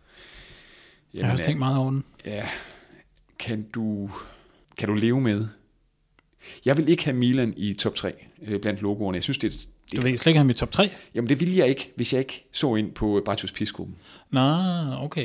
Speaker 1: jeg har også tænkt meget over den.
Speaker 2: Ja, kan du, kan du leve med? Jeg vil ikke have Milan i top tre øh, blandt logoerne. Jeg synes, det er... Det,
Speaker 1: du vil slet ikke have ham i top tre?
Speaker 2: Jamen, det ville jeg ikke, hvis jeg ikke så ind på Bartosz Pisk-gruppen.
Speaker 1: Nå, okay.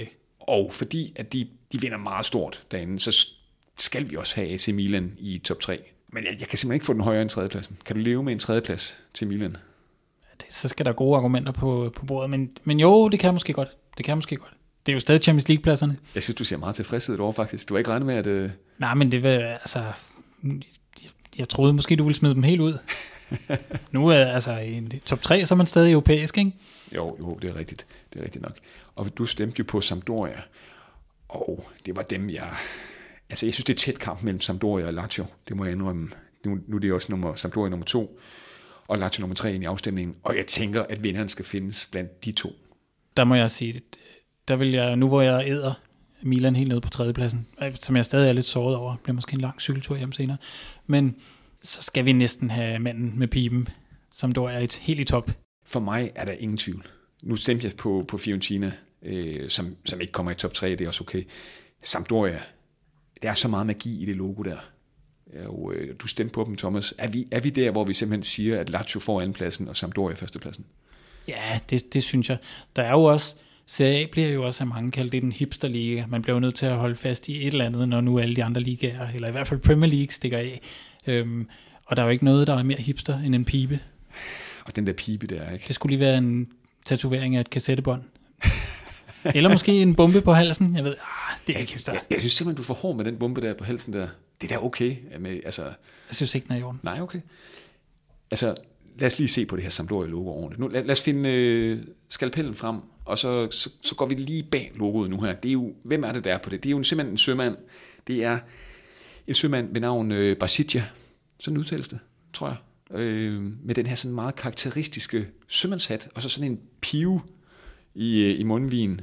Speaker 2: Og fordi at de, de vinder meget stort derinde, så skal vi også have A C Milan i top tre. Men jeg, jeg kan simpelthen ikke få den højere end tredjepladsen. Kan du leve med en tredjeplads til Milan?
Speaker 1: Det, så skal der gode argumenter på, på bordet. Men, men jo, det kan jeg måske godt. Det kan jeg måske godt. Det er jo stadig Champions League-pladserne.
Speaker 2: Jeg synes, du ser meget tilfreds ud over, faktisk. Du har ikke regnet med, at... Øh...
Speaker 1: Nej, men det vil... Altså, jeg, jeg troede måske, du ville smide dem helt ud. Nu er altså i top tre, så er man stadig europæisk, ikke?
Speaker 2: Jo, jo, det er rigtigt. Det er rigtigt nok. Og du stemte jo på Sampdoria. Og det var dem, jeg... Altså, jeg synes, det er tæt kamp mellem Sampdoria og Lazio. Det må jeg indrømme. Nu, nu er det også nummer, Sampdoria nummer to, og Lazio nummer tre ind i afstemningen. Og jeg tænker, at vinderen skal findes blandt de to.
Speaker 1: Der må jeg sige, der vil jeg, nu hvor jeg æder Milan helt nede på tredjepladsen, som jeg stadig er lidt såret over, bliver måske en lang cykeltur hjem senere, men så skal vi næsten have manden med piben, som dog er et helt i top.
Speaker 2: For mig er der ingen tvivl. Nu stemte jeg på, på Fiorentina, øh, som, som ikke kommer i top tre, det er også okay. Sampdoria, der er så meget magi i det logo der. Og, øh, du stemte på dem, Thomas. Er vi, er vi der, hvor vi simpelthen siger, at Lazio får andenpladsen, og Sampdoria førstepladsen?
Speaker 1: Ja, det, det synes jeg. Der er jo også, Serie A bliver jo også af mange kaldt det den hipsterliga. Man bliver jo nødt til at holde fast i et eller andet, når nu alle de andre ligaer, eller i hvert fald Premier League, stikker af. Øhm, og der er jo ikke noget, der er mere hipster end en pibe.
Speaker 2: Og den der pibe der, ikke?
Speaker 1: Det skulle lige være en tatovering af et kassettebånd. Eller måske en bombe på halsen. Jeg ved, ah, det er ikke hipster.
Speaker 2: Jeg, jeg synes simpelthen, du får hård med den bombe der på halsen der. Det er da okay. Med, altså...
Speaker 1: Jeg synes ikke, den er i orden.
Speaker 2: Nej, okay. Altså, lad os lige se på det her Sampdoria-logo ordentligt. Nu, lad, lad os finde øh, skalpellen frem, og så, så, så går vi lige bag logoet nu her. Det er jo, hvem er det, der er på det? Det er jo simpelthen en sømand. Det er en sømand ved navn øh, Basiccia. Sådan udtales det, tror jeg. Øh, med den her sådan meget karakteristiske sømandshat, og så sådan en pive i, øh, i mundvigen.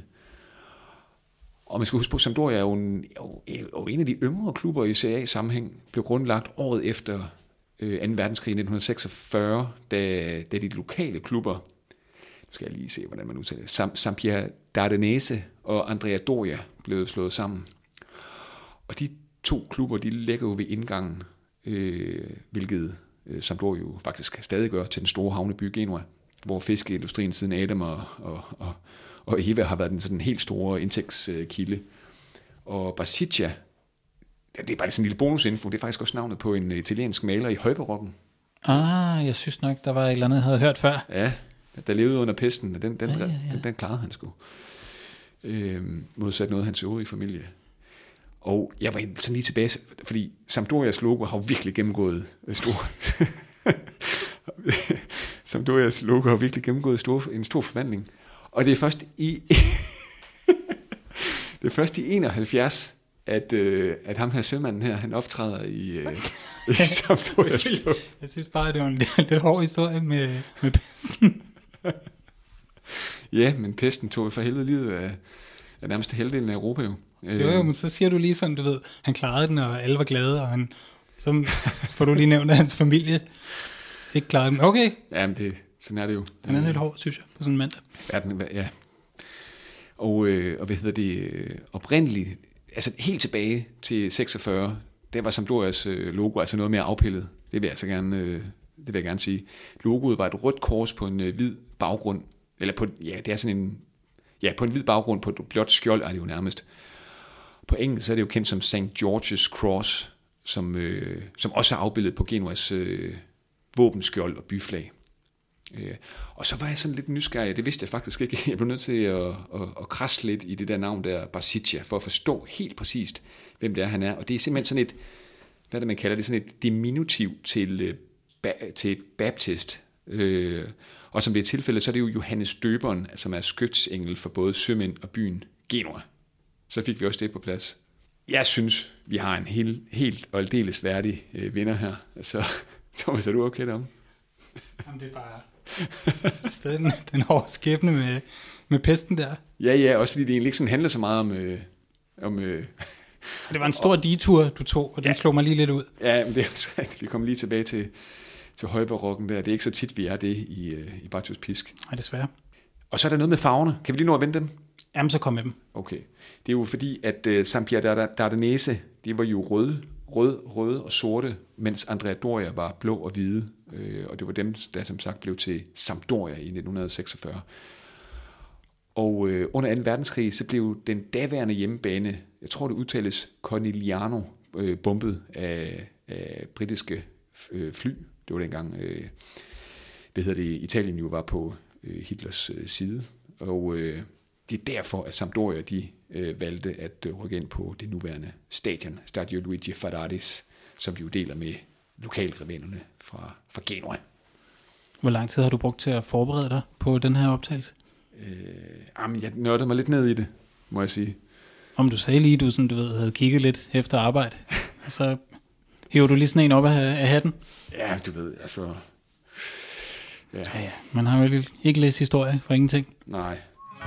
Speaker 2: Og man skal huske på, at Sampdoria er jo en, jo, jo en af de yngre klubber i Serie A-sammenhæng, blev grundlagt året efter øh, anden verdenskrig i nitten seksogfyrre, da, da de lokale klubber, nu skal jeg lige se, hvordan man udtaler det, Sam, Sampia Dardanese og Andrea Doria blev slået sammen. Og de to klubber, de ligger jo ved indgangen, øh, hvilket øh, Sampdoria jo faktisk stadig gør til den store havneby Genua, hvor fiskeindustrien siden Adam og, og, og Og Eva har været den sådan helt store indtægtskilde. Og Basiccia, det er bare sådan en lille bonusinfo, det er faktisk også navnet på en italiensk maler i højbarokken.
Speaker 1: Ah, jeg synes nok, der var et eller andet, jeg havde hørt før.
Speaker 2: Ja, der levede under pesten, og den, den, ja, ja, ja. den, den klarede han sgu. Øhm, modsat noget af hans øvrige familie. Og jeg var sådan lige tilbage, fordi Sampdorias logo har jo virkelig gennemgået stor... Sampdorias logo har virkelig gennemgået stor, en stor forvandling. Og det er først i det er først i enoghalvfjerds, at, øh, at ham her sømanden her, han optræder i, øh, i Sampdorias logo.
Speaker 1: Jeg synes bare, det var en lidt, lidt hård historie med, med pesten.
Speaker 2: Ja, men pesten tog for helvede livet af, af nærmest halvdelen af Europa jo.
Speaker 1: Jo, jo, men så siger du lige sådan, du ved, han klarede den, og alle var glade, og han, så får du lige nævnt, at hans familie ikke klarede den. Okay.
Speaker 2: Ja, men det, sådan er det jo.
Speaker 1: Den er lidt hård, synes jeg, på sådan en mandag.
Speaker 2: Ja, den, ja. Og, øh, og hvad hedder det, oprindeligt, altså helt tilbage til seksogfyrre, der var Sampdorias øh, logo altså noget mere afpillet. Det vil jeg altså gerne, øh, det vil jeg gerne sige. Logoet var et rødt kors på en øh, hvid baggrund, eller på, ja, det er sådan en, ja, på en hvid baggrund, på et blåt skjold er det jo nærmest. På engelsk så er det jo kendt som Saint George's Cross, som, øh, som også er afbildet på Genuas øh, våbenskjold og byflag. Øh, og så var jeg sådan lidt nysgerrig, det vidste jeg faktisk ikke. Jeg blev nødt til at, at, at krasse lidt i det der navn der, Basiccia, for at forstå helt præcist, hvem det er, han er. Og det er simpelthen sådan et, hvad det man kalder det, sådan et diminutiv til, til et baptist. Øh, og som det er tilfældet, så er det jo Johannes Døberen, som er skytsengel for både sømænd og byen Genua. Så fik vi også det på plads. Jeg synes, vi har en helt, helt og aldeles værdig øh, vinder her. Så Thomas, er du okay derom?
Speaker 1: Jamen, det er bare stadig den, den hårde skæbne med, med pesten der.
Speaker 2: Ja, ja, også fordi det egentlig ikke sådan handler så meget om... Øh, om øh,
Speaker 1: det var en stor detur, du tog, og den ja, slog mig lige lidt ud.
Speaker 2: Ja, men det er også rigtigt. Vi kommer lige tilbage til, til højbarokken der. Det er ikke så tit, vi er det i, øh, i Baccios Pisk.
Speaker 1: Nej, desværre.
Speaker 2: Og så er der noget med farverne. Kan vi lige nå at vende dem?
Speaker 1: Jamen, så kom med dem.
Speaker 2: Okay. Det er jo fordi, at uh, Sampia Dardanese, de var jo røde, røde, røde og sorte, mens Andrea Doria var blå og hvide. Øh, og det var dem, der som sagt blev til Sampdoria i nitten seksogfyrre. Og øh, under anden verdenskrig, så blev den daværende hjemmebane, jeg tror det udtales Cornigliano, øh, bombet af, af britiske øh, fly. Det var dengang, øh, hvad hedder det, Italien jo var på øh, Hitlers øh, side. Og øh, det er derfor, at Sampdoria de øh, valgte at øh, rykke ind på det nuværende stadion, Stadio Luigi Ferraris, som de jo deler med lokalrevenerne fra, fra Genua.
Speaker 1: Hvor lang tid har du brugt til at forberede dig på den her optagelse?
Speaker 2: Øh, jamen, jeg nørdede mig lidt ned i det, må jeg sige. Om
Speaker 1: du sagde lige, du, sådan, du ved, havde kigget lidt efter arbejde, og så hiver du lige sådan en op af, af hatten?
Speaker 2: Ja, du ved, altså...
Speaker 1: Ja. Ja, ja. Man har jo ikke læst historie for ingenting.
Speaker 2: Nej.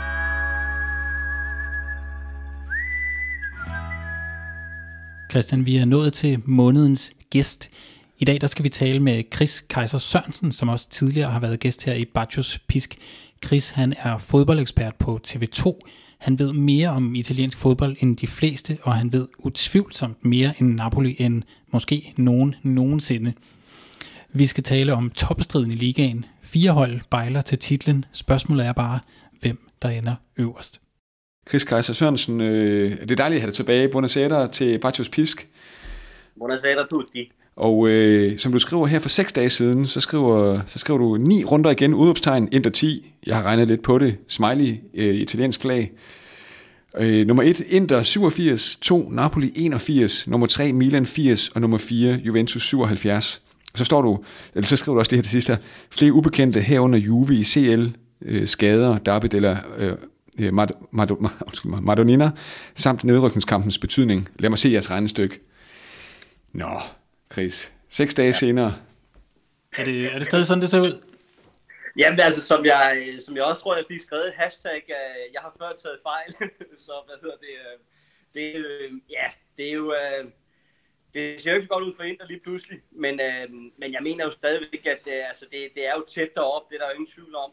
Speaker 1: Christian, vi er nået til månedens gæst. I dag der skal vi tale med Chris Kaiser Sørensen, som også tidligere har været gæst her i Baccios Pisk. Chris, han er fodboldekspert på T V to. Han ved mere om italiensk fodbold end de fleste, og han ved utvivlsomt mere end Napoli end måske nogen nogensinde. Vi skal tale om topstriden i ligaen. Fire hold bejler til titlen. Spørgsmålet er bare, hvem der ender øverst.
Speaker 2: Chris Kaiser Sørensen, øh, det er dejligt at have dig tilbage. Buonasera til Baccios Pisk.
Speaker 3: Buonasera tutti.
Speaker 2: Og øh, som du skriver her for seks dage siden, så skriver, så skriver du ni runder igen, udopstegn, Inter ti. Jeg har regnet lidt på det. Smiley, øh, italiensk flag. Øh, nummer et, Inter syvogfirs, to, Napoli enogfirs, nummer tre, Milan firs, og nummer fire, Juventus syvoghalvfjerds. Så står du, eller så skriver du også det her til sidst her, flere ubekendte herunder Juve i C L, øh, skader, Derby eller øh, Mad, Mad, Mad, Madonnina, samt nedrykningskampens betydning. Lad mig se jeres regnestykke. Nå, Chris, seks dage ja. senere.
Speaker 1: Er det, er det stadig sådan, det ser ud?
Speaker 3: Jamen altså, som jeg, som jeg også tror, jeg fik skrevet hashtag, jeg har før taget fejl, så hvad hedder det, det, ja, det er jo, det ser jo ikke så godt ud for Inter lige pludselig, men, men jeg mener jo stadigvæk, at altså, det, det er jo tæt deroppe, det er der jo ingen tvivl om,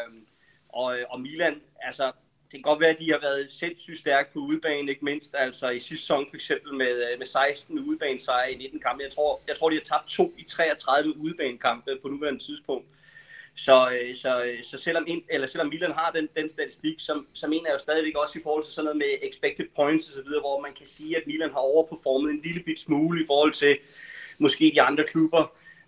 Speaker 3: og, og Milan, altså, det kan godt være, at de har været sindssygt stærke på udebane, ikke mindst, altså i sidste sæson for eksempel med, med seksten udebanesejre i nitten kampe. Jeg tror, jeg tror, de har tabt to i treogtredive udebanekampe på nuværende tidspunkt. Så, så, så selvom, eller selvom Milan har den, den statistik, så, så mener jeg jo stadigvæk også i forhold til sådan noget med expected points og så videre, hvor man kan sige, at Milan har overperformet en lille bit smule i forhold til måske de andre klubber.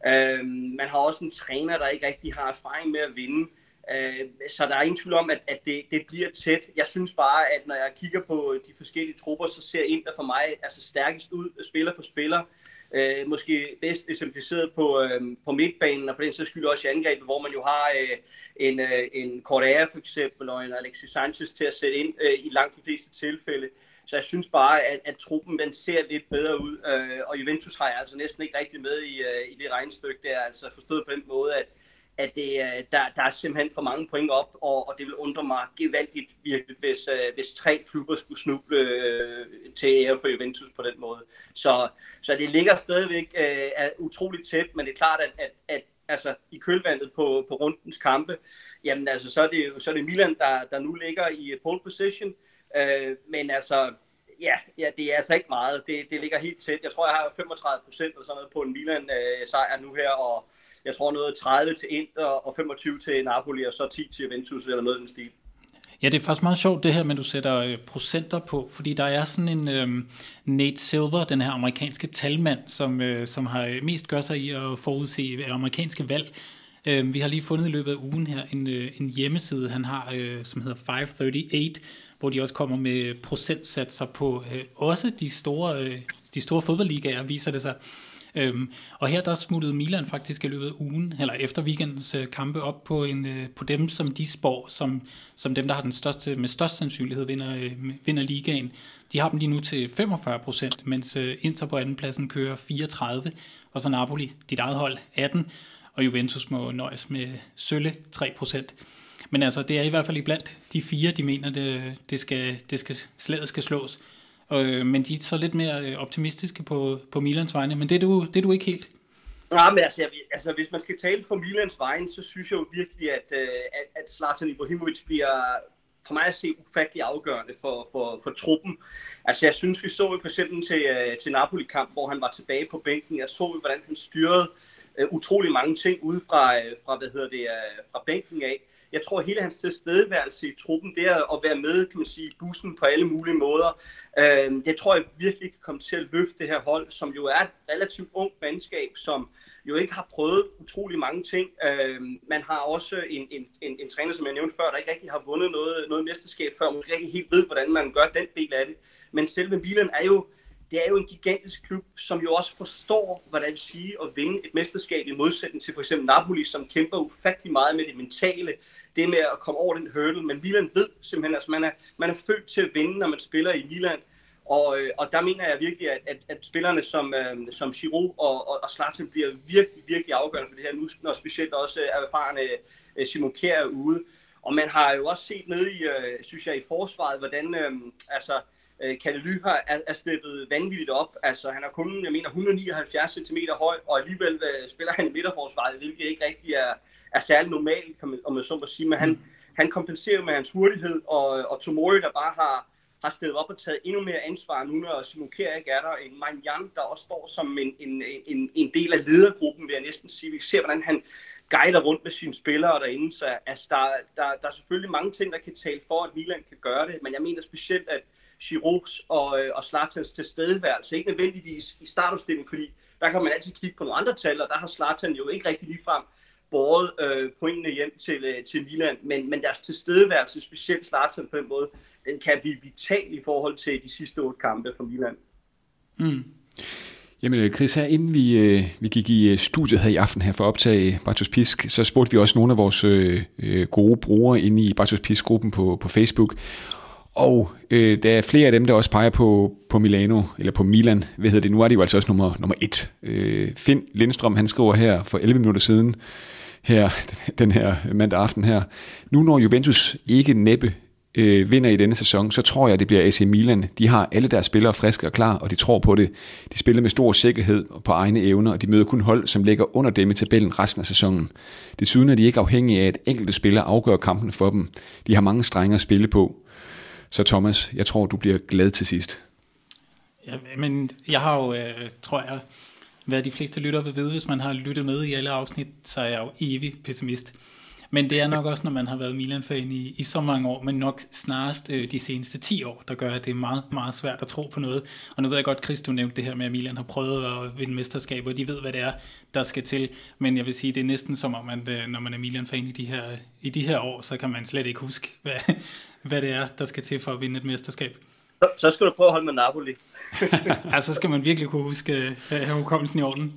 Speaker 3: Øhm, man har også en træner, der ikke rigtig har erfaring med at vinde. Øh, så der er ingen tvivl om, at, at det, det bliver tæt. Jeg synes bare, at når jeg kigger på de forskellige trupper, så ser Inter for mig altså stærkest ud, spiller for spiller. Øh, måske bedst eksemplificeret på, øh, på midtbanen, og for den sags skyld også i angrebet, hvor man jo har øh, en, øh, en Correa for eksempel, og en Alexis Sanchez til at sætte ind øh, i langt de fleste tilfælde. Så jeg synes bare, at, at truppen den ser lidt bedre ud, øh, og Juventus har jeg altså næsten ikke rigtig med i, øh, i det regnestykke der, altså forstået på den måde, at at det, der, der er simpelthen for mange point op, og, og det vil undre mig gevaldigt virkelig, hvis, uh, hvis tre klubber skulle snuble uh, til ære for Juventus på den måde. Så, så det ligger stadigvæk uh, utroligt tæt, men det er klart, at, at, at altså, i kølvandet på, på rundens kampe, jamen altså, så er det, så er det Milan, der, der nu ligger i pole position, uh, men altså, ja, ja, det er altså ikke meget. Det, det ligger helt tæt. Jeg tror, jeg har femogtredive procent eller sådan noget på en Milan-sejr uh, nu her, og jeg tror noget tredive til Inter og femogtyve til Napoli, og så ti til Juventus eller noget i den stil.
Speaker 1: Ja, det er faktisk meget sjovt det her med, at du sætter øh, procenter på, fordi der er sådan en øh, Nate Silver, den her amerikanske talmand, som, øh, som har mest gør sig i at forudse amerikanske valg. Øh, vi har lige fundet i løbet af ugen her en, øh, en hjemmeside, han har, øh, som hedder fem treogtredive, hvor de også kommer med procentsatser på øh, også de store, øh, de store fodboldligaer, viser det sig. Øhm, og her der smuttede Milan faktisk i løbet af ugen, eller efter weekendens øh, kampe op på, en, øh, på dem, som de spår, som, som dem, der har den største, med størst sandsynlighed vinder, øh, vinder ligaen. De har dem lige nu til femogfyrre procent, mens øh, Inter på andenpladsen kører fireogtredive, og så Napoli, dit eget hold, atten, og Juventus må nøjes med sølle tre procent. Men altså, det er i hvert fald iblandt de fire, de mener, det, det skal, det skal, slaget skal slås. Øh, men de er så lidt mere optimistiske på, på Milans vegne, men det er du, det er du ikke helt.
Speaker 3: Nej, men altså, jeg, altså, hvis man skal tale for Milans vegne, så synes jeg jo virkelig, at, at, at Zlatan Ibrahimovic bliver for mig at se ufattelig afgørende for, for, for truppen. Altså, jeg synes, vi så for eksempel til, til Napoli-kamp, hvor han var tilbage på bænken. Jeg så, hvordan han styrede øh, utrolig mange ting ude fra, øh, fra, hvad hedder det, øh, fra bænken af. Jeg tror, at hele hans tilstedeværelse i truppen, det er at være med, kan man sige, i bussen på alle mulige måder. Øh, det tror jeg virkelig kan komme til at løfte det her hold, som jo er et relativt ungt mandskab, som jo ikke har prøvet utrolig mange ting. Øh, man har også en, en, en, en træner, som jeg nævnte før, der ikke rigtig har vundet noget, noget mesterskab før, og måske ikke helt ved, hvordan man gør den del af det. Men selve Milan er jo, det er jo en gigantisk klub, som jo også forstår, hvad det vil sige at vinde et mesterskab i modsætning til for eksempel Napoli, som kæmper ufattelig meget med det mentale, det med at komme over den hurdle. Men Milan ved simpelthen, at altså man, er, man er født til at vinde, når man spiller i Milan. Og, og der mener jeg virkelig, at, at, at spillerne som, øh, som Giroud og, og, og Zlatan bliver virkelig, virkelig afgørende for det her, nu når specielt også erfarne øh, Simon Kjær er ude. Og man har jo også set ned i, øh, synes jeg, i forsvaret, hvordan øh, altså, øh, Kalely har er, er steppet vanvittigt op. Altså han er kun, jeg mener, et hundrede og nioghalvfjerds centimeter høj, og alligevel øh, spiller han i midterforsvaret, hvilket ikke rigtig er, er særlig normalt, om man så må sige. Men han, han kompenserer med hans hurtighed, og, og Tomori, der bare har har stedet op og taget endnu mere ansvar nu, når Simon Kjær ikke er der. En Maignan, der også står som en, en, en, en del af ledergruppen, vil jeg næsten sige. Vi ser, hvordan han guider rundt med sine spillere derinde. Så altså, der, der, der er selvfølgelig mange ting, der kan tale for, at Milan kan gøre det. Men jeg mener specielt, at Giroud og, og Zlatans tilstedeværelse, ikke nødvendigvis i startopstillingen, fordi der kan man altid kigge på nogle andre tal, og der har Zlatan jo ikke rigtig ligefrem båret øh, pointene hjem til, øh, til Milan. Men, men deres tilstedeværelse, specielt Zlatan på den måde, den kan blive vital i forhold til de sidste otte kampe for Milan.
Speaker 2: Mm. Jamen Chris, her inden vi, øh, vi gik i studiet her i aften her for at optage Bartosz Pisk, så spurgte vi også nogle af vores øh, gode brugere inde i Bartosz Pisk-gruppen på, på Facebook. Og øh, der er flere af dem, der også peger på, på Milano, eller på Milan. Hvad hedder det? Nu er det jo altså også nummer, nummer et. Øh, Finn Lindstrøm, han skriver her for elleve minutter siden, her, den her mandag aften her. Nu når Juventus ikke næppe øh, vinder i denne sæson, så tror jeg, det bliver A C Milan. De har alle deres spillere friske og klar, og de tror på det. De spiller med stor sikkerhed på egne evner, og de møder kun hold, som ligger under dem i tabellen resten af sæsonen. Desuden er de ikke afhængige af, at enkelte spillere afgør kampen for dem. De har mange strenge at spille på. Så Thomas, jeg tror, du bliver glad til sidst.
Speaker 1: Ja, men jeg har jo, øh, tror jeg, hvad de fleste lytter vil vide, hvis man har lyttet med i alle afsnit, så er jeg jo evig pessimist. Men det er nok også, når man har været Milan-fan i, i så mange år, men nok snarest øh, de seneste ti år, der gør, at det er meget, meget svært at tro på noget. Og nu ved jeg godt, Chris, du nævnte det her med, at Milan har prøvet at vinde mesterskaber, og de ved, hvad det er, der skal til. Men jeg vil sige, det er næsten som om, at når man er Milan-fan i de her, i de her år, så kan man slet ikke huske, hvad, hvad det er, der skal til for at vinde et mesterskab.
Speaker 3: Så, så skal du prøve at holde med Napoli.
Speaker 1: Ja, så skal man virkelig kunne huske at have hukommelsen i orden.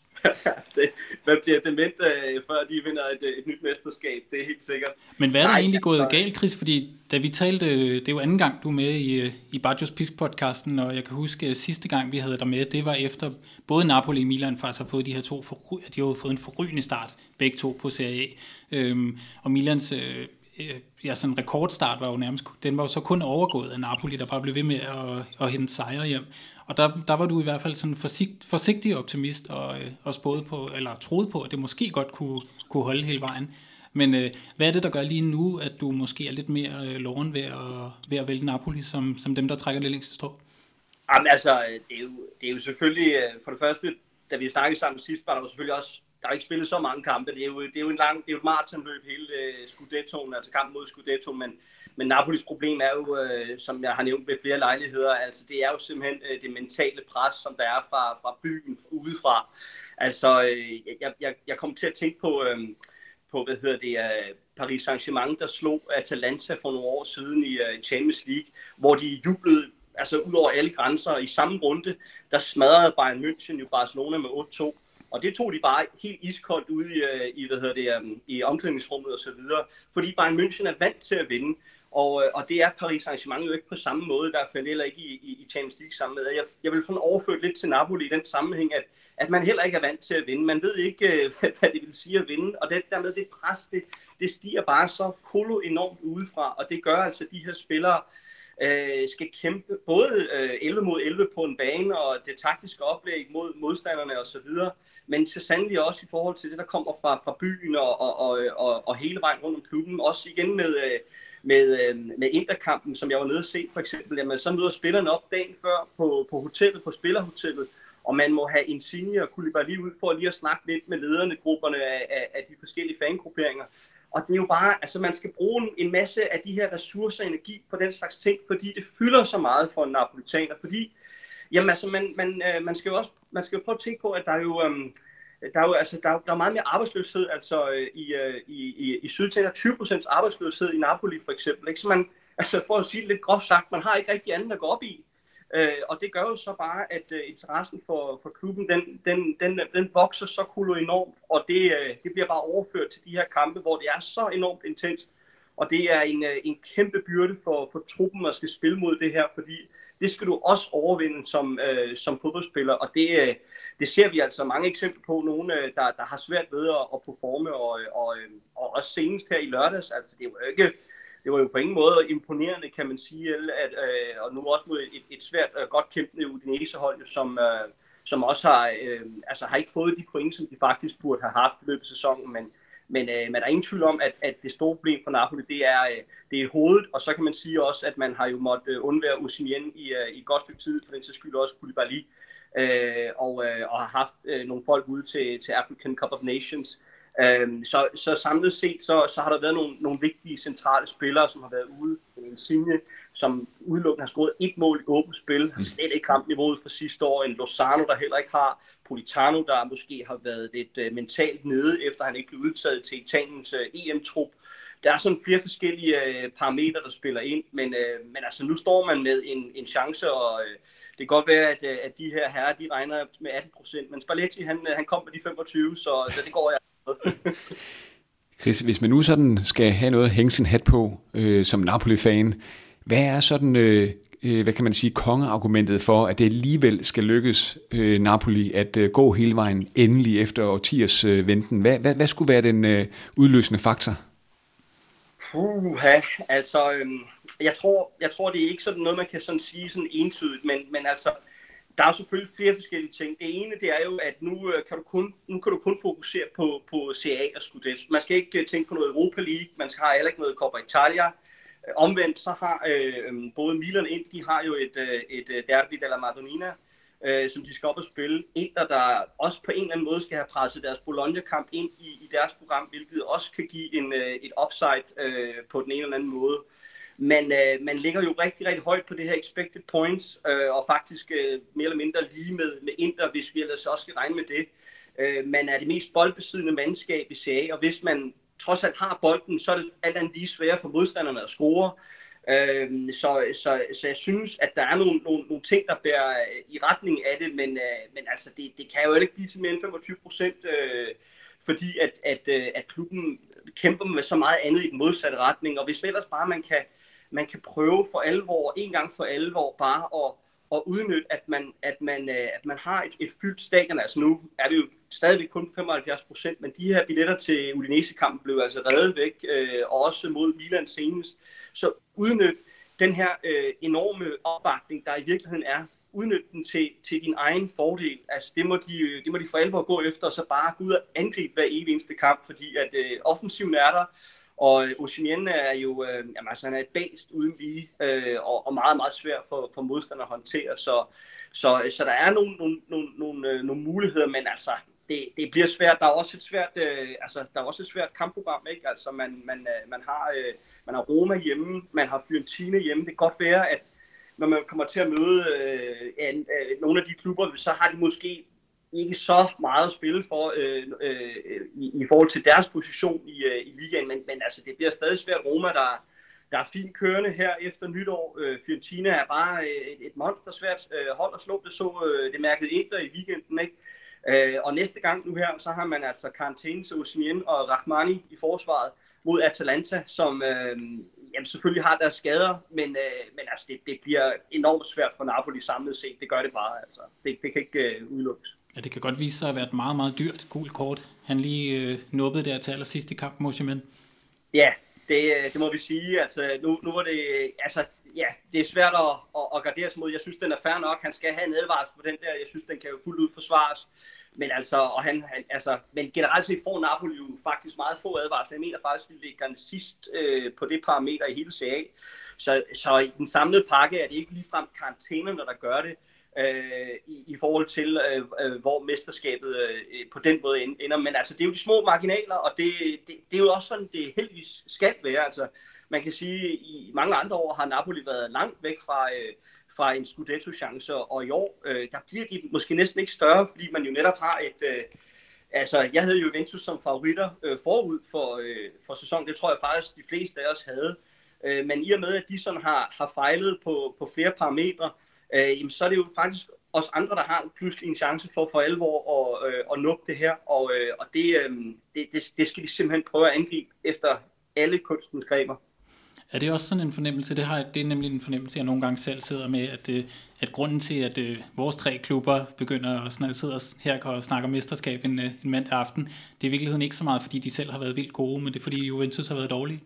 Speaker 3: det, man bliver dement, øh, før de vinder et, et nyt mesterskab, det er helt sikkert.
Speaker 1: Men hvad er der Nej, egentlig gået galt, Chris? Fordi da vi talte, det er jo anden gang, du er med i, i Bartosz Pisk-podcasten, og jeg kan huske, at sidste gang, vi havde dig med, det var efter både Napoli og Milan faktisk har fået de her to, forry- de har fået en forrygende start, begge to på Serie A. Øhm, og Milans øh, ja, sådan rekordstart var jo nærmest, den var jo så kun overgået af Napoli, der bare blev ved med at, at hente sejre hjem. Og der, der var du i hvert fald sådan forsigt, forsigtig optimist og, og spåede på, eller troede på, at det måske godt kunne, kunne holde hele vejen. Men øh, hvad er det, der gør lige nu, at du måske er lidt mere øh, loven ved at, ved at vælge Napoli, som, som dem, der trækker det længste strå?
Speaker 3: Jamen altså, det er, jo, det er jo selvfølgelig, for det første, da vi snakkede sammen sidst, var der jo selvfølgelig også, der er ikke spillet så mange kampe. Det er jo, det er jo en lang, det er jo et maratonløb hele uh, Scudettoen, altså kampen mod Scudetto, men, men Napolis problem er jo, uh, som jeg har nævnt ved flere lejligheder, altså det er jo simpelthen uh, det mentale pres, som der er fra, fra byen udefra. Altså, uh, jeg, jeg, jeg kom til at tænke på, uh, på hvad hedder det, uh, Paris Saint-Germain, der slog Atalanta for nogle år siden i uh, Champions League, hvor de jublede altså ud over alle grænser. I samme runde, der smadrede Bayern München jo Barcelona med otte to. Og det tog de bare helt iskoldt ude i, i, hvad hedder det, i omklædningsrummet og så videre. Fordi Bayern München er vant til at vinde. Og, og det er Paris Saint-Germain jo ikke på samme måde, der er heller ikke i, i, i Champions League sammen med. Jeg, jeg vil sådan overføre lidt til Napoli i den sammenhæng, at, at man heller ikke er vant til at vinde. Man ved ikke, hvad det vil sige at vinde. Og det dermed det pres, det, det stiger bare så kolo enormt udefra. Og det gør altså de her spillere, Øh, skal kæmpe både øh, elleve mod elleve på en bane og det taktiske oplæg mod modstanderne og så videre, men så sandelig også i forhold til det, der kommer fra, fra byen og, og, og, og, og hele vejen rundt om klubben. Også igen med, med, med Interkampen, som jeg var nede at se for eksempel. Jamen, så møder spillerne op dagen før på, på hotellet, på spillerhotellet, og man må have Insigne og Koulibaly ud for lige at snakke lidt med lederne, grupperne af, af, af de forskellige fangrupperinger. Og det er jo bare, altså man skal bruge en masse af de her ressourcer og energi på den slags ting, fordi det fylder så meget for en napolitaner, fordi jamen altså man, man, man skal jo også man skal jo prøve at tænke på, at der er jo um, der er jo altså der er, der er meget mere arbejdsløshed, altså i i i, i Syditalien tyve procent arbejdsløshed i Napoli for eksempel, ikke? Så man altså for at sige det lidt groft sagt, man har ikke rigtig andet at gå op i. Øh, og det gør jo så bare, at uh, interessen for, for klubben, den, den, den, den vokser så kolo enormt, og det, uh, det bliver bare overført til de her kampe, hvor det er så enormt intenst. Og det er en, uh, en kæmpe byrde for, for truppen at skal spille mod det her, fordi det skal du også overvinde som, uh, som fodboldspiller, og det, uh, det ser vi altså mange eksempler på, nogen, uh, der, der har svært ved at, at performe, og, og, og også senest her i lørdags, altså det var jo ikke... Det var jo på ingen måde imponerende, kan man sige, at, øh, og nu også mod et, et svært øh, godt kæmpende Udinese-hold, som, øh, som også har, øh, altså har ikke fået de point, som de faktisk burde have haft i løbet af sæsonen, men, men øh, man er ingen tvivl om, at, at det store problem for Napoli, det er, øh, det er hovedet, og så kan man sige også, at man har jo måttet øh, undvære Osimhen i, øh, i et godt stykke tid, for den sags skyld også Koulibaly, øh, og, øh, og har haft øh, nogle folk ude til, til African Cup of Nations. Øhm, så, så samlet set, så, så har der været nogle, nogle vigtige centrale spillere, som har været ude. Insigne, som udelukkende har scoret et mål i åbent spil, har slet ikke ramt niveauet fra sidste år. En Lozano, der heller ikke har. Politano, der måske har været lidt uh, mentalt nede, efter han ikke blev udtaget til Italiens uh, E M-trup. Der er sådan flere forskellige uh, parametre, der spiller ind, men, uh, men altså nu står man med en, en chance, og uh, det kan godt være, at, uh, at de her herrer, de regner med atten procent, men Spalletti, han, uh, han kom med de femogtyve, så, så det går jeg.
Speaker 2: Chris, hvis man nu sådan skal have noget at hænge sin hat på øh, som Napoli-fan, hvad er sådan, øh, hvad kan man sige, kongeargumentet for, at det alligevel skal lykkes øh, Napoli at øh, gå hele vejen endelig efter årtiers øh, venten? Hvad, hvad, hvad skulle være den øh, udløsende faktor?
Speaker 3: Puha, altså, øhm, jeg tror, jeg tror, det er ikke sådan noget, man kan sådan sige sådan entydigt, men, men altså, der er selvfølgelig flere forskellige ting. Det ene, det er jo, at nu kan du kun, nu kan du kun fokusere på, på C A og Scudetto. Man skal ikke tænke på noget Europa League, man skal have heller ikke noget Coppa Italia. Omvendt så har øh, både Milan og Inter, de har jo et, et derby della Madonnina, øh, som de skal op og spille. Inter, der også på en eller anden måde skal have presset deres Bologna-kamp ind i, i deres program, hvilket også kan give en, et upside øh, på den ene eller anden måde. Men øh, man ligger jo rigtig, rigtig højt på det her expected points, øh, og faktisk øh, mere eller mindre lige med, med Inter, hvis vi ellers også skal regne med det. Øh, man er det mest boldbesiddende mandskab i C A, og hvis man trods alt har bolden, så er det alt andet lige svære for modstanderne at score. Øh, så, så, så jeg synes, at der er nogle, nogle, nogle ting, der bærer i retning af det, men, øh, men altså, det, det kan jo ikke blive til mere end femogtyve procent, øh, fordi at, at, at klubben kæmper med så meget andet i den modsatte retning, og hvis ellers bare man kan man kan prøve for alvor, en gang for alvor, bare at, at udnytte, at man, at man, at man har et, et fyldt stadion. Altså nu er det jo stadigvæk kun femoghalvfjerds procent, men de her billetter til Udinese-kampen blev altså reddet væk, øh, også mod Milan senest. Så udnyt den her øh, enorme opbakning, der i virkeligheden er, udnyt den til, til din egen fordel. Altså det må, de, det må de for alvor gå efter, og så bare gå ud og angribe hver evig eneste kamp, fordi at øh, offensiven er der. Og Osimhen er jo øh, jamen, altså, han er et bæst uden lige, øh, og, og meget, meget svært for, for modstandere at håndtere. Så, så, så der er nogle, nogle, nogle, nogle, øh, nogle muligheder, men altså, det, det bliver svært. Der er også et svært, øh, altså, der er også et svært kampprogram, ikke? Altså, man, man, øh, man, har, øh, man har Roma hjemme, man har Fiorentina hjemme. Det kan godt være, at når man kommer til at møde øh, en, øh, nogle af de klubber, så har de måske ikke så meget at spille for øh, øh, i, i forhold til deres position i, øh, i ligaen, men, men altså, det bliver stadig svært. Roma, der, der er fint kørende her efter nytår. Øh, Fiorentina er bare øh, et, et monster svært øh, hold at slå. Det så øh, det mærkede Inter i weekenden, ikke? Øh, og næste gang nu her, så har man altså Karantæne, Osimhen og Rahmani i forsvaret mod Atalanta, som øh, jamen, selvfølgelig har deres skader, men, øh, men altså, det, det bliver enormt svært for Napoli samlet set. Det gør det bare. Altså. Det, det kan ikke øh, udelukkes.
Speaker 1: Ja, det kan godt vise sig at være et meget, meget dyrt gult kort. Han lige øh, nubbede der til allersidst i kampen mod Osimhen.
Speaker 3: Ja, det, det må vi sige. Altså, nu, nu var det, altså, ja, det er svært at, at, at gardere sig mod. Jeg synes, den er fair nok. Han skal have en advarsel på den der. Jeg synes, den kan jo fuldt ud forsvares. Men altså, og han, han, altså, men generelt set får Napoli jo faktisk meget få advarsler. Jeg mener faktisk, at vi ligger sidst øh, på det parameter i hele C A. Så, så i den samlede pakke er det ikke ligefrem karantænerne, der gør det. øh, i, i forhold til, øh, øh, hvor mesterskabet øh, på den måde ender. Men altså, det er jo de små marginaler, og det, det, det er jo også sådan, det heldigvis skal være. Altså, man kan sige, at i mange andre år har Napoli været langt væk fra, øh, fra en Scudetto-chance, og i år, øh, der bliver de måske næsten ikke større, fordi man jo netop har et... Øh, altså, jeg havde jo Juventus som favoritter øh, forud for, øh, for sæsonen. Det tror jeg faktisk, de fleste af os havde. Øh, men i og med, at de sådan har, har fejlet på, på flere parametre, øh, jamen, så er det jo faktisk os andre, der har pludselig en chance for for alvor at, øh, at nuppe det her. Og, øh, og det, øh, det, det, det skal de simpelthen prøve at angribe efter alle kunstens greber.
Speaker 1: Er det også sådan en fornemmelse? Det, har, det er nemlig en fornemmelse, jeg nogle gange selv sidder med, at, at grunden til, at uh, vores tre klubber begynder at snakke, sidder her og snakker mesterskab en, en mandag aften, det er i virkeligheden ikke så meget, fordi de selv har været vildt gode, men det er fordi Juventus har været dårlige.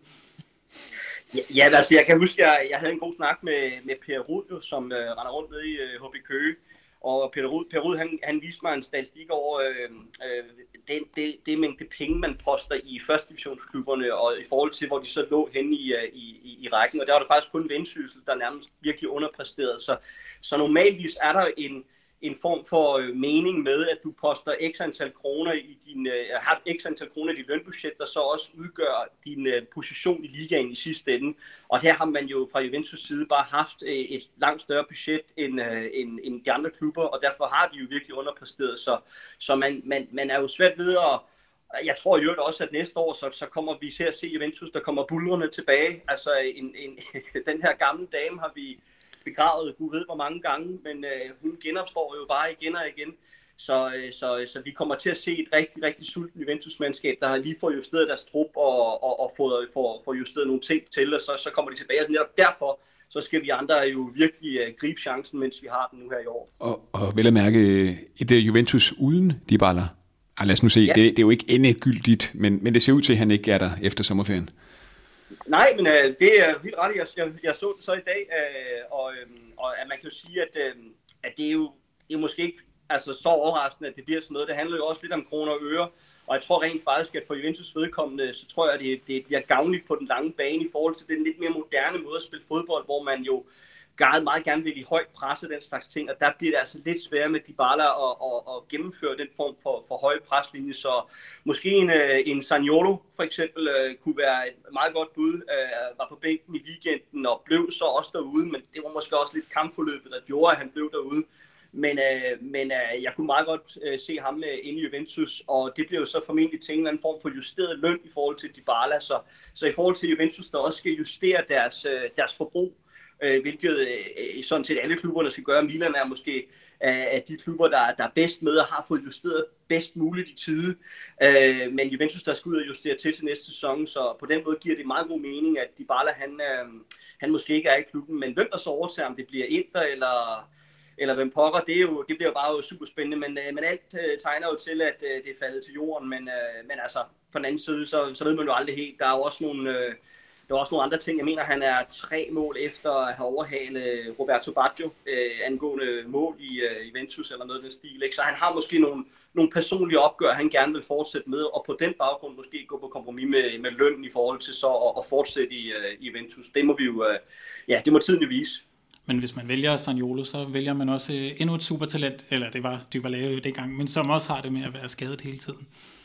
Speaker 3: Ja, ja, altså jeg kan huske, at jeg, jeg havde en god snak med, med Per Rud, som uh, render rundt nede i uh, H B Køge. Og Per Rud, per Rud han, han viste mig en statistik over øh, øh, det, det, det mængde penge, man poster i første divisionsklubberne, og i forhold til, hvor de så lå henne i, i, i, i rækken. Og der var der faktisk kun Vendsyssel, der nærmest virkelig underpræsterede. Så, så normalvis er der en, en form for øh, mening med, at du poster x antal kroner i din, øh, har x antal kroner i dit lønbudget, der så også udgør din øh, position i ligaen i sidste ende. Og her har man jo fra Juventus side bare haft øh, et langt større budget end, øh, end, end de andre klubber, og derfor har de jo virkelig underpræsteret. Så, så man, man, man er jo svært ved at... Jeg tror jo også, at næste år, så, så kommer vi til at se Juventus, der kommer buldrene tilbage. Altså en, en, den her gamle dame har vi begravet, Gud ved hvor mange gange, men øh, hun genopstår jo bare igen og igen. Så, øh, så, så vi kommer til at se et rigtig, rigtig sulten Juventus-mandskab, der har lige fået justeret deres trup og, og, og fået, for, for justeret nogle ting til, og så, så kommer de tilbage. Og netop derfor så skal vi andre jo virkelig øh, gribe chancen, mens vi har den nu her i år.
Speaker 2: Og, og vel at mærke et uh, Juventus uden Dybala. Ah, lad os nu se, ja. det, det er jo ikke endegyldigt, men, men det ser ud til, at han ikke er der efter sommerferien.
Speaker 3: Nej, men øh, det er helt ret. Jeg, jeg, jeg så det så i dag, øh, og, øh, og at man kan jo sige, at, øh, at det, er jo, det er måske ikke altså, så overraskende, at det bliver sådan noget. Det handler jo også lidt om kroner og øre, og jeg tror rent faktisk, at for Juventus vedkommende, så tror jeg, at det, det bliver gavnligt på den lange bane i forhold til den lidt mere moderne måde at spille fodbold, hvor man jo meget gerne vil i højt presse den slags ting, og der bliver det altså lidt sværere med Dybala at, at, at gennemføre den form for, for høje preslinje, så måske en, en Zaniolo for eksempel uh, kunne være et meget godt bud, uh, var på bænken i weekenden og blev så også derude, men det var måske også lidt kampforløbet, der gjorde, at han blev derude. Men, uh, men uh, jeg kunne meget godt uh, se ham uh, inde i Juventus, og det blev jo så formentlig til en eller anden form for justeret løn i forhold til Dybala, så, så i forhold til Juventus, der også skal justere deres, uh, deres forbrug, hvilket øh, sådan set alle klubberne skal gøre. Milan er måske af de klubber, der, der er bedst med og har fået justeret bedst muligt i tide. Øh, men Juventus, der skal ud og justere til til næste sæson, så på den måde giver det meget god mening, at Dybala, han, øh, han måske ikke er i klubben. Men hvem der så overtager, om det bliver Inter eller, eller hvem pokker, det, er jo, det bliver jo bare jo super spændende. Men, øh, men alt øh, tegner jo til, at øh, det er faldet til jorden. Men, øh, men altså, på den anden side, så, så ved man jo aldrig helt. Der er jo også nogle... Øh, Der er også nogle andre ting. Jeg mener, han er tre mål efter at have overhalet Roberto Baggio øh, angående mål i øh, Juventus eller noget af den stil. Ikke? Så han har måske nogle, nogle personlige opgør, han gerne vil fortsætte med, og på den baggrund måske gå på kompromis med, med løn i forhold til så at, at fortsætte i, øh, i Juventus. Det må vi jo, øh, ja, det må tiden jo vise.
Speaker 1: Men hvis man vælger Zaniolo, så vælger man også endnu et supertalent, eller det var Dybala jo dengang, men som også har det med at være skadet hele tiden.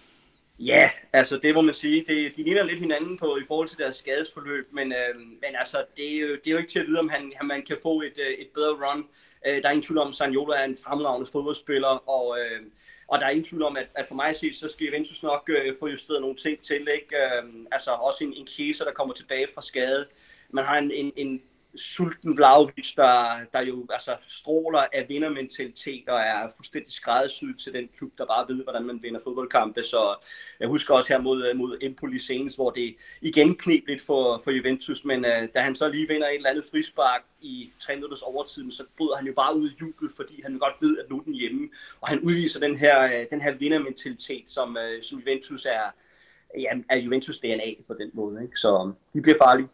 Speaker 3: Ja, altså det må man sige. Det, de ligner lidt hinanden på i forhold til deres skadesforløb, men, øh, men altså det er, jo, det er jo ikke til at vide, om han, man kan få et, et bedre run. Øh, der er ingen tvivl om, at Zaniolo er en fremragende fodboldspiller, og, øh, og der er ingen tvivl om, at, at for mig set, så skal Juventus nok øh, få justeret nogle ting til. Ikke? Øh, altså også en, en Chiesa, der kommer tilbage fra skade. Man har en, en, en sulten Vlahovic, der, der jo altså, stråler af vindermentalitet og er fuldstændig skræddersyet til den klub, der bare ved, hvordan man vinder fodboldkampe. Så jeg husker også her mod, mod Empoli senest, hvor det igen kneb lidt for, for Juventus, men uh, da han så lige vinder et eller andet frispark i tre minutters overtid, så bryder han jo bare ud i jubel, fordi han jo godt ved, at nu er den hjemme. Og han udviser den her, den her vindermentalitet, som, uh, som Juventus er, ja, er Juventus D N A på den måde. Ikke? Så de bliver farlige.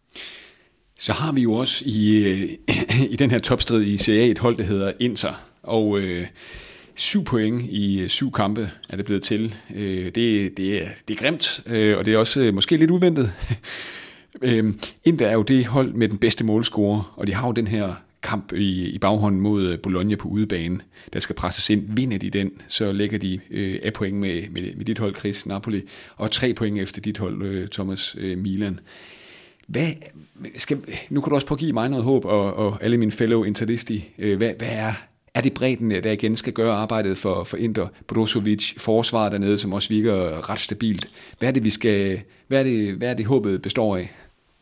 Speaker 2: Så har vi jo også i, i den her topstrid i Serie A et hold, der hedder Inter, og øh, syv point i syv kampe er det blevet til. Øh, det, det, er, det er grimt, øh, og det er også øh, måske lidt uventet. øh, Inter er jo det hold med den bedste målscorer, og de har jo den her kamp i, i baghånden mod Bologna på udebane, der skal presses ind. Vinder de den, så lægger de øh, af point med, med, med dit hold, Chris, Napoli, og tre point efter dit hold, øh, Thomas, øh, Milan. Hvad, skal, nu kan du også prøve at give mig noget håb, og, og alle mine fellow interisti. Øh, hvad, hvad er, er det bredden, der igen skal gøre arbejdet for, for Inter, Brozovic, forsvaret dernede, som også virker ret stabilt? Hvad er det, vi skal, hvad er det, hvad er det håbet består af?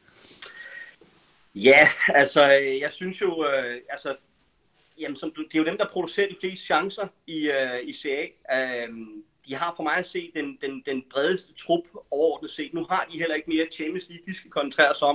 Speaker 3: Ja, altså, jeg synes jo, øh, altså, jamen, som, det er jo dem, der producerer de fleste chancer i, øh, i Serie A. Øh, de har for mig at se den, den, den bredeste trup overordnet set. Nu har de heller ikke mere Champions League, de skal koncentrere sig om.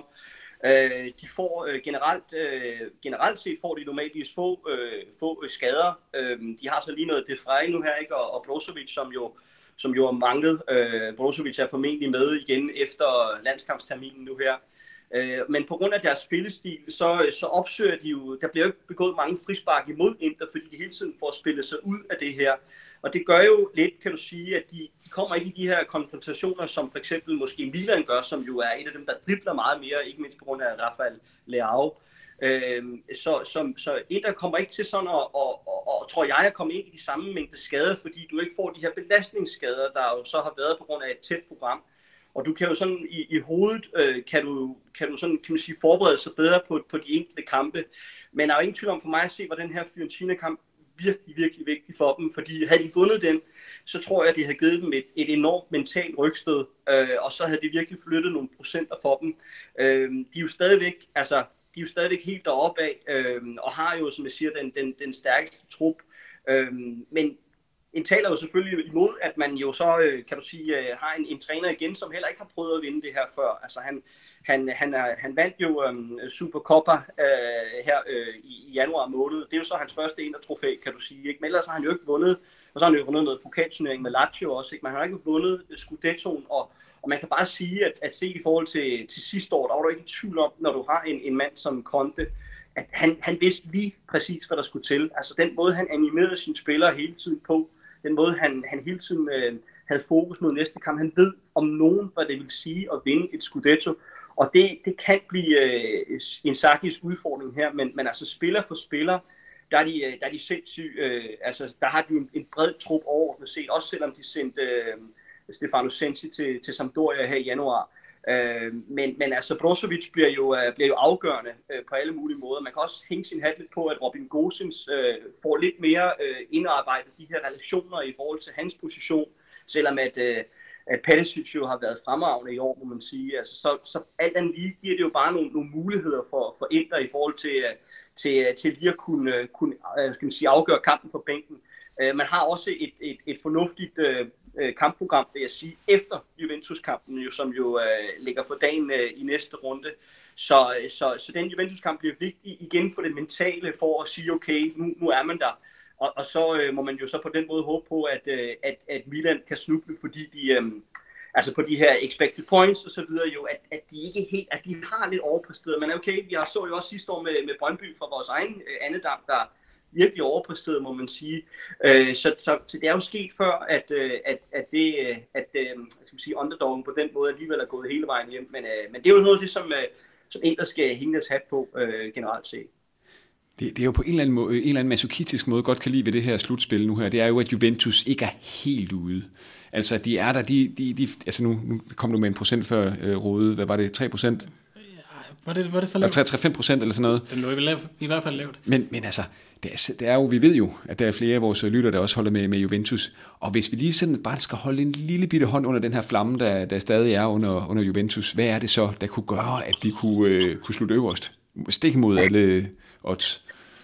Speaker 3: Øh, de får øh, generelt, øh, generelt set får de normalt få, øh, få øh, skader. Øh, de har så lige noget De Vrij nu her, ikke? Og, og Brozovic, som jo, som jo har manglet. Øh, Brozovic er formentlig med igen efter landskampsterminen nu her. Øh, men på grund af deres spillestil, så, så opsøger de jo, der bliver jo ikke begået mange frispark imod Inter, fordi de hele tiden får spillet sig ud af det her. Og det gør jo lidt, kan du sige, at de, de kommer ikke i de her konfrontationer, som for eksempel måske Milan gør, som jo er et af dem, der dribler meget mere, ikke mindst på grund af Rafael Leao. Øh, så, så, så Inter kommer ikke til sådan at, og, og, og tror jeg, at komme ind i de samme mængde skader, fordi du ikke får de her belastningsskader, der jo så har været på grund af et tæt program. Og du kan jo sådan i, i hovedet, øh, kan du, kan du sådan, kan man sige, forberede sig bedre på, på de enkelte kampe. Men der er jo ingen tvivl om for mig at se, hvor den her Fiorentina-kamp virkelig, virkelig vigtig for dem. Fordi havde de vundet den, så tror jeg, at de havde givet dem et, et enormt mentalt rygstød. Øh, og så havde de virkelig flyttet nogle procenter for dem. Øh, de er jo stadigvæk, altså, de er jo stadigvæk helt deroppe af, øh, og har jo, som jeg siger, den, den, den stærkeste trup. Øh, men en taler jo selvfølgelig imod, at man jo så, kan du sige, har en, en træner igen, som heller ikke har prøvet at vinde det her før. Altså han, han, han, er, han vandt jo um, Supercoppa uh, her uh, i, i januar måned. Det er jo så hans første Inter-trofæ, kan du sige. Ikke? Men ellers har han jo ikke vundet, og så har han jo vundet noget pokalturnering med Lazio også. Ikke? Man har ikke vundet Scudettoen, og, og man kan bare sige, at, at se i forhold til, til sidste år, der var du ikke i tvivl om, når du har en, en mand som Conte, at han, han vidste lige præcis, hvad der skulle til. Altså den måde, han animerede sine spillere hele tiden på, den måde, han, han hele tiden øh, havde fokus mod næste kamp. Han ved om nogen, hvad det vil sige at vinde et Scudetto. Og det, det kan blive øh, Inzaghi's udfordring her, men, men altså spiller for spiller, der er de, der er de sindssyge. Øh, altså, der har de en, en bred trup overordnet set, også selvom de sendte øh, Stefano Sensi til, til Sampdoria her i januar. Øh, men, men altså Brozovic bliver jo, uh, bliver jo afgørende uh, på alle mulige måder. Man kan også hænge sin hat lidt på, at Robin Gosens uh, får lidt mere uh, indarbejdet de her relationer i forhold til hans position, selvom at, uh, at Perisic jo har været fremragende i år, må man sige. Altså, så, så alt andet lige giver det jo bare nogle, nogle muligheder for, for Inter i forhold til, uh, til, uh, til lige at kunne, uh, kunne uh, skal man sige, afgøre kampen på bænken. Uh, man har også et, et, et fornuftigt uh, kampprogram, vil jeg sige, efter Juventus-kampen, jo, som jo øh, ligger for dagen øh, i næste runde. Så, så, så den Juventus-kamp bliver vigtig igen for det mentale, for at sige, okay, nu, nu er man der. Og, og så øh, må man jo så på den måde håbe på, at, øh, at, at Milan kan snuble, fordi de, øh, altså på de her expected points og så videre, jo, at, at de ikke helt, at de har lidt overpræsteret. Men okay, vi har så jo også sidste år med, med Brøndby fra vores egen øh, andedam, der virkelig overpræsteret, må man sige. Øh, så, så, så det er jo sket før, at, at, at det, at skal man sige, underdoggen på den måde alligevel er gået hele vejen hjem. Men, men det er jo noget af det, som, som Inter skal hænge deres hat på øh, generelt set.
Speaker 2: Det, det er jo på en eller, anden måde, en eller anden masochistisk måde godt kan lide ved det her slutspil nu her, det er jo, at Juventus ikke er helt ude. Altså, de er der, de, de, de altså nu, nu kom du med en procent før øh, Rode, hvad var det, tre procent?
Speaker 1: Var det, var det så lavt?
Speaker 2: tre til fem procent eller sådan noget.
Speaker 1: Den lå i, i hvert fald lavt.
Speaker 2: Men, men altså, det er, det er jo, vi ved jo, at der er flere af vores lytter, der også holder med, med Juventus. Og hvis vi lige sådan bare skal holde en lille bitte hånd under den her flamme, der, der stadig er under, under Juventus, hvad er det så, der kunne gøre, at de kunne, øh, kunne slutte øverst? Stik mod alle odds.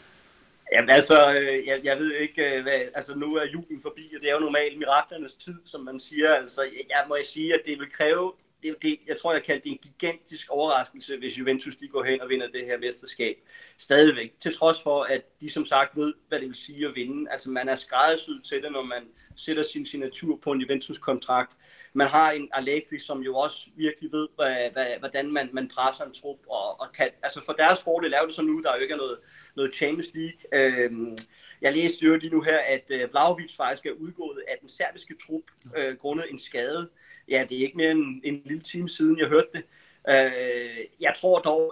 Speaker 3: Jamen altså, jeg, jeg ved ikke, hvad, altså nu er julen forbi, og det er jo normalt miraklernes tid, som man siger. Altså, jeg må jeg sige, at det vil kræve, det, det, jeg tror, jeg kalder det en gigantisk overraskelse, hvis Juventus de går hen og vinder det her mesterskab. Stadigvæk, til trods for, at de som sagt ved, hvad det vil sige at vinde. Altså man er skræddersyet til det, når man sætter sin signatur på en Juventus-kontrakt. Man har en Allegri, som jo også virkelig ved, hvad, hvad, hvordan man, man presser en trup. Og, og kan, altså for deres fordel er det så nu, der jo ikke er noget, noget Champions League. Øhm, jeg læste jo lige nu her, at uh, Vlahovic faktisk er udgået af den serbiske trup, øh, grundet en skade. Ja, det er ikke mere end en lille time siden, jeg hørte det. Øh, jeg tror dog, at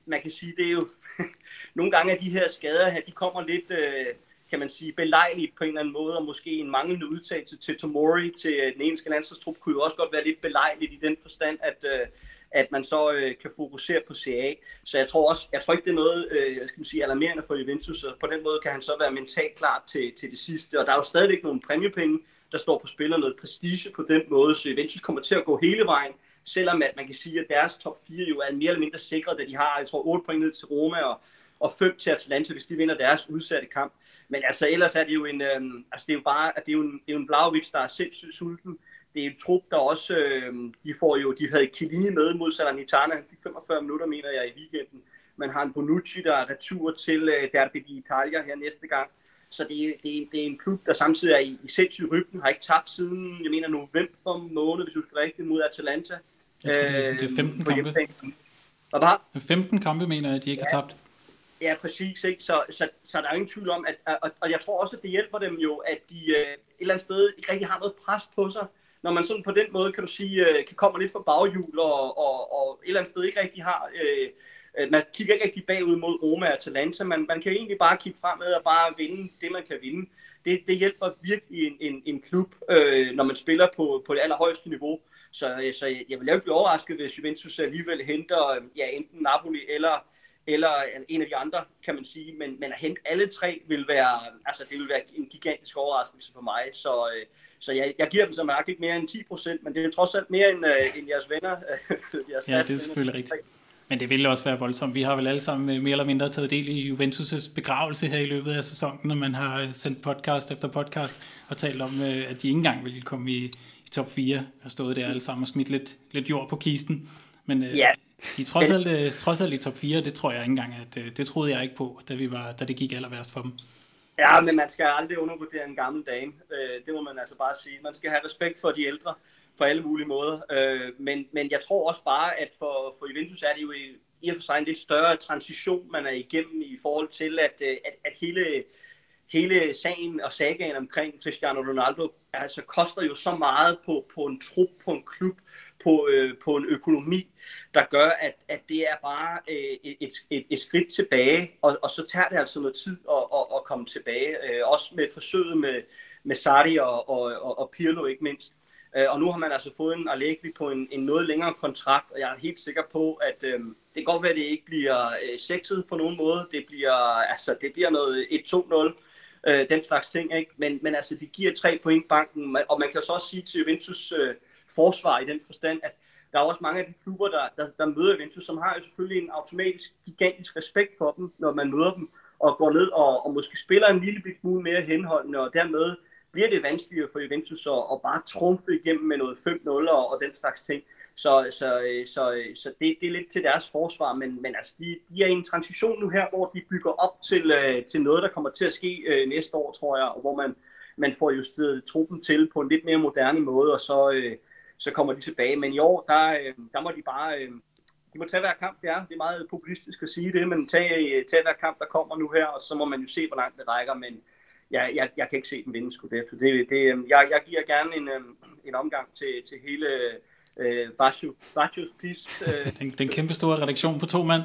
Speaker 3: man kan sige, det er jo nogle gange af de her skader her, de kommer lidt, øh, kan man sige, belejligt på en eller anden måde, og måske en manglende udtalelse til Tomori, til den engelske landsholdstrup, kunne jo også godt være lidt belejligt i den forstand, at, øh, at man så øh, kan fokusere på C A. Så jeg tror også, jeg tror ikke, det er noget, øh, jeg skal sige, alarmerende for Juventus, og på den måde kan han så være mentalt klar til, til det sidste, og der er jo stadigvæk nogle præmiepenge, der står på spil, og noget prestige på den måde, så Juventus kommer til at gå hele vejen, selvom at man kan sige, at deres top fire jo er mere eller mindre sikret, da de har, jeg tror, otte point ned til Roma og, og fem til Atalanta, hvis de vinder deres udsatte kamp. Men altså ellers er det jo en, øhm, altså det er jo bare, at det er jo en, det er jo en Vlahovic, der er sindssygt sulten. Det er en trup, der også, øhm, de får jo, de havde Chiellini med mod Salernitana, han fik femogfyrre minutter, mener jeg, i weekenden. Man har en Bonucci, der er retur til øh, Derby d'Italia her næste gang. Så det er, det, er, det er en klub, der samtidig er i, i sindssyg rytmen, har ikke tabt siden, jeg mener, november måned, hvis du skal rigtigt, mod Atalanta.
Speaker 1: Jeg tror, det er, det er femten kampe.
Speaker 3: Hvad var?
Speaker 1: femten kampe, mener jeg, at de ikke
Speaker 3: ja.
Speaker 1: har tabt.
Speaker 3: Ja, præcis. Ikke? Så, så, så der er ingen tvivl om, at, og, og jeg tror også, at det hjælper dem jo, at de øh, et eller andet sted ikke rigtig har noget pres på sig. Når man sådan på den måde, kan du sige, øh, kan komme lidt fra baghjul, og, og, og et eller andet sted ikke rigtig har, øh, man kigger ikke rigtig bagud mod Roma og Atalanta, man, man kan egentlig bare kigge fremad og bare vinde det, man kan vinde. Det, det hjælper virkelig en, en, en klub, øh, når man spiller på, på det allerhøjeste niveau. Så, så jeg vil jo ikke blive overrasket, hvis Juventus alligevel henter ja, enten Napoli eller, eller en af de andre, kan man sige. Men, men at hente alle tre vil være, altså, det vil være en gigantisk overraskelse for mig. Så, så jeg, jeg giver dem så mærke ikke mere end ti procent, men det er trods alt mere end, end jeres venner. jeres
Speaker 1: ja, det er selvfølgelig rigtigt. Men det ville også være voldsomt. Vi har vel alle sammen mere eller mindre taget del i Juventus' begravelse her i løbet af sæsonen, når man har sendt podcast efter podcast og talt om, at de ikke engang ville komme i, i top fire og stået der alle sammen og smidt lidt, lidt jord på kisten. Men ja. de er trods alt, trods alt i top fire, det tror jeg ikke engang, at det troede jeg ikke på, da, vi var, da det gik aller værst for dem.
Speaker 3: Ja, men man skal aldrig undervurdere en gammel dame. Det må man altså bare sige. Man skal have respekt for de ældre på alle mulige måder. Øh, men, men jeg tror også bare, at for, for Juventus er det jo i, i og for sig en lidt større transition, man er igennem i forhold til, at, at, at hele, hele sagen og sagaen omkring Cristiano Ronaldo altså koster jo så meget på, på en trup, på en klub, på, øh, på en økonomi, der gør, at, at det er bare øh, et, et, et skridt tilbage, og, og så tager det altså noget tid at, at, at komme tilbage. Øh, også med forsøget med, med Sarri og, og, og, og Pirlo ikke mindst. Og nu har man altså fået en Allegri på en, en noget længere kontrakt, og jeg er helt sikker på, at øh, det kan godt være, at det ikke bliver øh, sexet på nogen måde. Det bliver, altså, det bliver noget et to nul, øh, den slags ting, ikke? Men, men altså, det giver tre point banken, og man kan så også sige til Juventus øh, forsvar i den forstand, at der er også mange af de klubber, der, der, der møder Juventus, som har jo selvfølgelig en automatisk gigantisk respekt for dem, når man møder dem, og går ned og, og måske spiller en lille smule mere henholdende, og dermed bliver det vanskeligere for Juventus at, at bare trumfe igennem med noget fem nul og, og den slags ting. Så, så, så, så det, det er lidt til deres forsvar, men, men altså, de, de er i en transition nu her, hvor de bygger op til, til noget, der kommer til at ske øh, næste år, tror jeg, og hvor man, man får justeret truppen til på en lidt mere moderne måde, og så, øh, så kommer de tilbage. Men i år, der, der må de bare... Øh, de må tage hver kamp, det er. Det er meget populistisk at sige det, men tage, tage hver kamp, der kommer nu her, og så må man jo se, hvor langt det rækker, men Jeg, jeg, jeg kan ikke se den vinde Scudetto. Det, det, jeg, jeg giver gerne en, en omgang til, til hele øh, Baccios pisk. Øh.
Speaker 1: Den, den kæmpe store redaktion på to mand.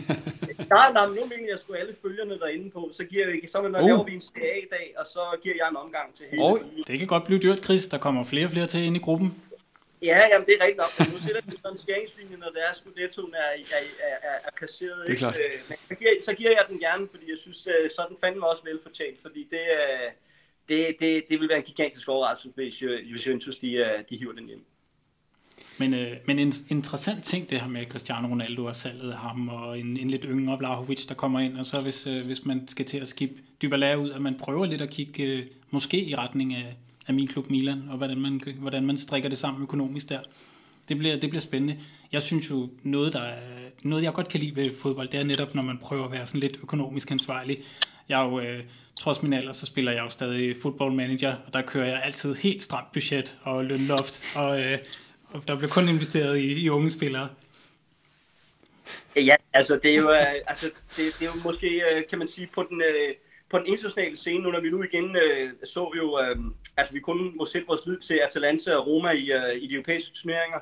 Speaker 3: nej, nej, men nu mener jeg sgu alle følgerne derinde på. Så giver jeg ikke, så når uh. laver vi en C A-dag, og så giver jeg en omgang til hele.
Speaker 1: Oh, det kan godt blive dyrt, Chris. Der kommer flere og flere til ind i gruppen.
Speaker 3: Ja, jamen det er rigtigt nok. Nu sætter vi sådan en skæringslinje, når det er Scudettoen er, er, er, er placeret.
Speaker 2: Det er klart.
Speaker 3: Men så giver, så giver jeg den gerne, fordi jeg synes, sådan fandme også velfortjent. Fordi det, det, det, det vil være en gigantisk overraskelse, hvis, hvis Juventus de, de hiver den hjem.
Speaker 1: Men, øh, men en interessant ting, det her med Cristiano Ronaldo og salget af ham, og en, en lidt yngre Vlahovic, der kommer ind, og så hvis, øh, hvis man skal til at skifte Dybala ud, at man prøver lidt at kigge øh, måske i retning af af min klub Milan, og hvordan man, hvordan man strikker det sammen økonomisk der. Det bliver, det bliver spændende. Jeg synes jo, noget, der er, noget jeg godt kan lide ved fodbold, det er netop, når man prøver at være sådan lidt økonomisk ansvarlig. Jeg er jo, øh, trods min alder, så spiller jeg jo stadig football manager, og der kører jeg altid helt stramt budget og lønloft, og, øh, og der bliver kun investeret i, i unge spillere.
Speaker 3: Ja, altså det er jo, øh, altså, det, det er jo måske, øh, kan man sige, på den... Øh, På den internationale scene, nu når vi nu igen øh, så vi jo, øh, altså vi kun må sætte vores lid til Atalanta og Roma i, øh, i de europæiske turneringer,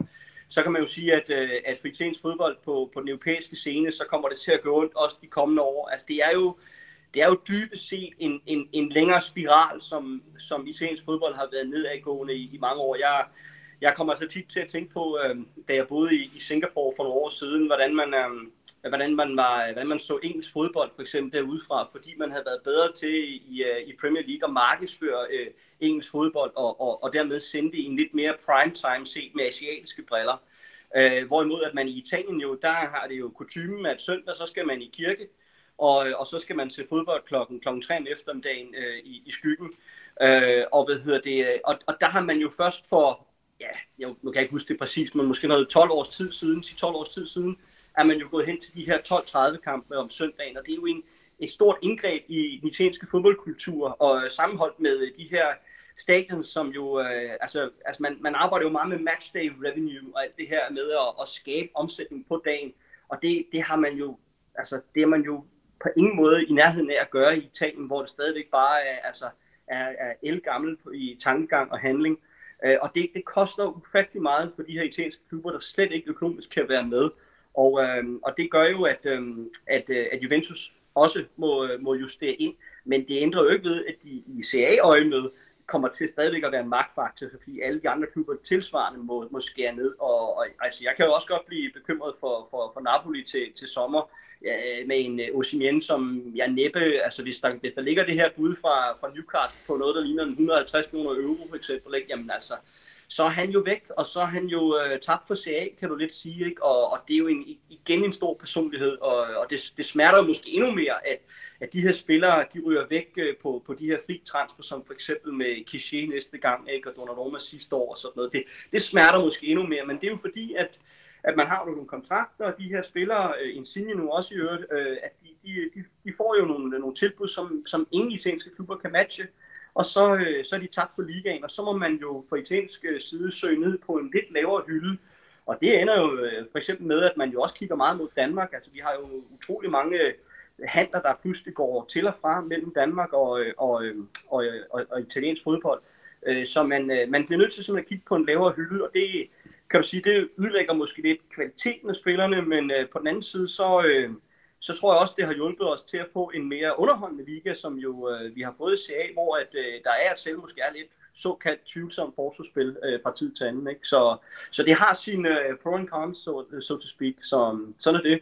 Speaker 3: så kan man jo sige, at, at for italiensk fodbold på, på den europæiske scene, så kommer det til at gå ondt også de kommende år. Altså det er jo, det er jo dybest set en, en, en længere spiral, som, som italiensk fodbold har været nedadgående i, i mange år. Jeg, jeg kommer så tit til at tænke på, øh, da jeg boede i, i Singapore for nogle år siden, hvordan man, øh, hvordan man, var, hvordan man så engelsk fodbold for eksempel derudefra, fordi man havde været bedre til i, i Premier League at markedsføre øh, engelsk fodbold, og, og, og dermed sende det i en lidt mere prime time set med asiatiske briller. Øh, hvorimod at man i Italien jo, der har det jo kutymen, at søndag så skal man i kirke, og, og så skal man se fodbold klokken, klokken tre om eftermiddagen øh, i, i skyggen. Øh, og, hvad hedder det, og, og der har man jo først for, ja, jeg, nu kan jeg ikke huske det præcis, men måske noget tolv års tid siden, ti tolv års tid siden, er man jo gået hen til de her tolv tredive kampe om søndagen, og det er jo en, et stort indgreb i den italienske fodboldkultur, og sammenholdt med de her stadion, som jo, øh, altså, altså man, man arbejder jo meget med matchday revenue og alt det her med at, at skabe omsætning på dagen, og det, det har man jo, altså det er man jo på ingen måde i nærheden af at gøre i Italien, hvor det stadigvæk bare er, altså, er, er elgammel i tankegang og handling, øh, og det, det koster ufattelig meget for de her italienske klubber, der slet ikke økonomisk kan være med, og, øh, og det gør jo, at, øh, at, at Juventus også må, må justere ind, men det ændrer jo ikke ved, at de i C A-øjemed kommer til stadigvæk at være en magtfaktor, fordi alle de andre klubber tilsvarende må, må skære ned. Og, og altså, jeg kan jo også godt blive bekymret for, for, for Napoli til, til sommer, ja, med en uh, Osimhen, som jeg næppe, altså hvis der, hvis der ligger det her bud fra, fra Newcastle på noget, der ligner en et hundrede og halvtreds millioner euro for eksempel, ikke? Jamen altså, så er han jo væk, og så er han jo uh, tabt for C A, kan du lidt sige, ikke? Og, og det er jo en, igen en stor personlighed, og, og det, det smerter jo måske endnu mere, at at de her spillere, de ryger væk på, på de her fri transfer, som for eksempel med Kessié næste gang, ikke, og Donnarumma sidste år og sådan noget. Det, det smerter måske endnu mere, men det er jo fordi, at, at man har nogle kontrakter, og de her spillere, uh, Insigne nu også i øvrigt, uh, at de, de, de, de får jo nogle, nogle tilbud, som, som ingen italienske klubber kan matche, og så, uh, så er de tabt på ligaen, og så må man jo fra italiensk side søge ned på en lidt lavere hylde, og det ender jo uh, for eksempel med, at man jo også kigger meget mod Danmark. Altså vi har jo utrolig mange handler, der pludselig går til og fra mellem Danmark og, og, og, og, og italiensk fodbold. Så man, man bliver nødt til simpelthen at kigge på en lavere hylde, og det kan du sige, det udlægger måske lidt kvaliteten af spillerne, men på den anden side, så, så tror jeg også, det har hjulpet os til at få en mere underholdende liga, som jo vi har fået i C A, hvor at, der er at selv måske er lidt såkaldt tvivlsomt forsvarsspil fra tid til anden. Ikke? Så, så det har sine pro and cons, so, so to speak, så sådan er det.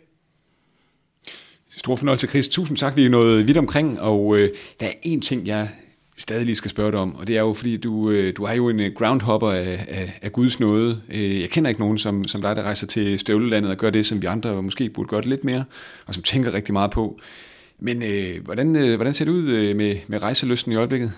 Speaker 2: Stor fornøjelse, Chris. Tusind tak, vi er nået vidt omkring, og øh, der er en ting, jeg stadig lige skal spørge dig om, og det er jo, fordi du, øh, du har jo en groundhopper af, af, af Guds nåde. Øh, jeg kender ikke nogen som, som dig, der rejser til støvlelandet og gør det, som vi andre måske burde gøre det lidt mere, og som tænker rigtig meget på. Men øh, hvordan, øh, hvordan ser det ud med, med rejselysten i øjeblikket?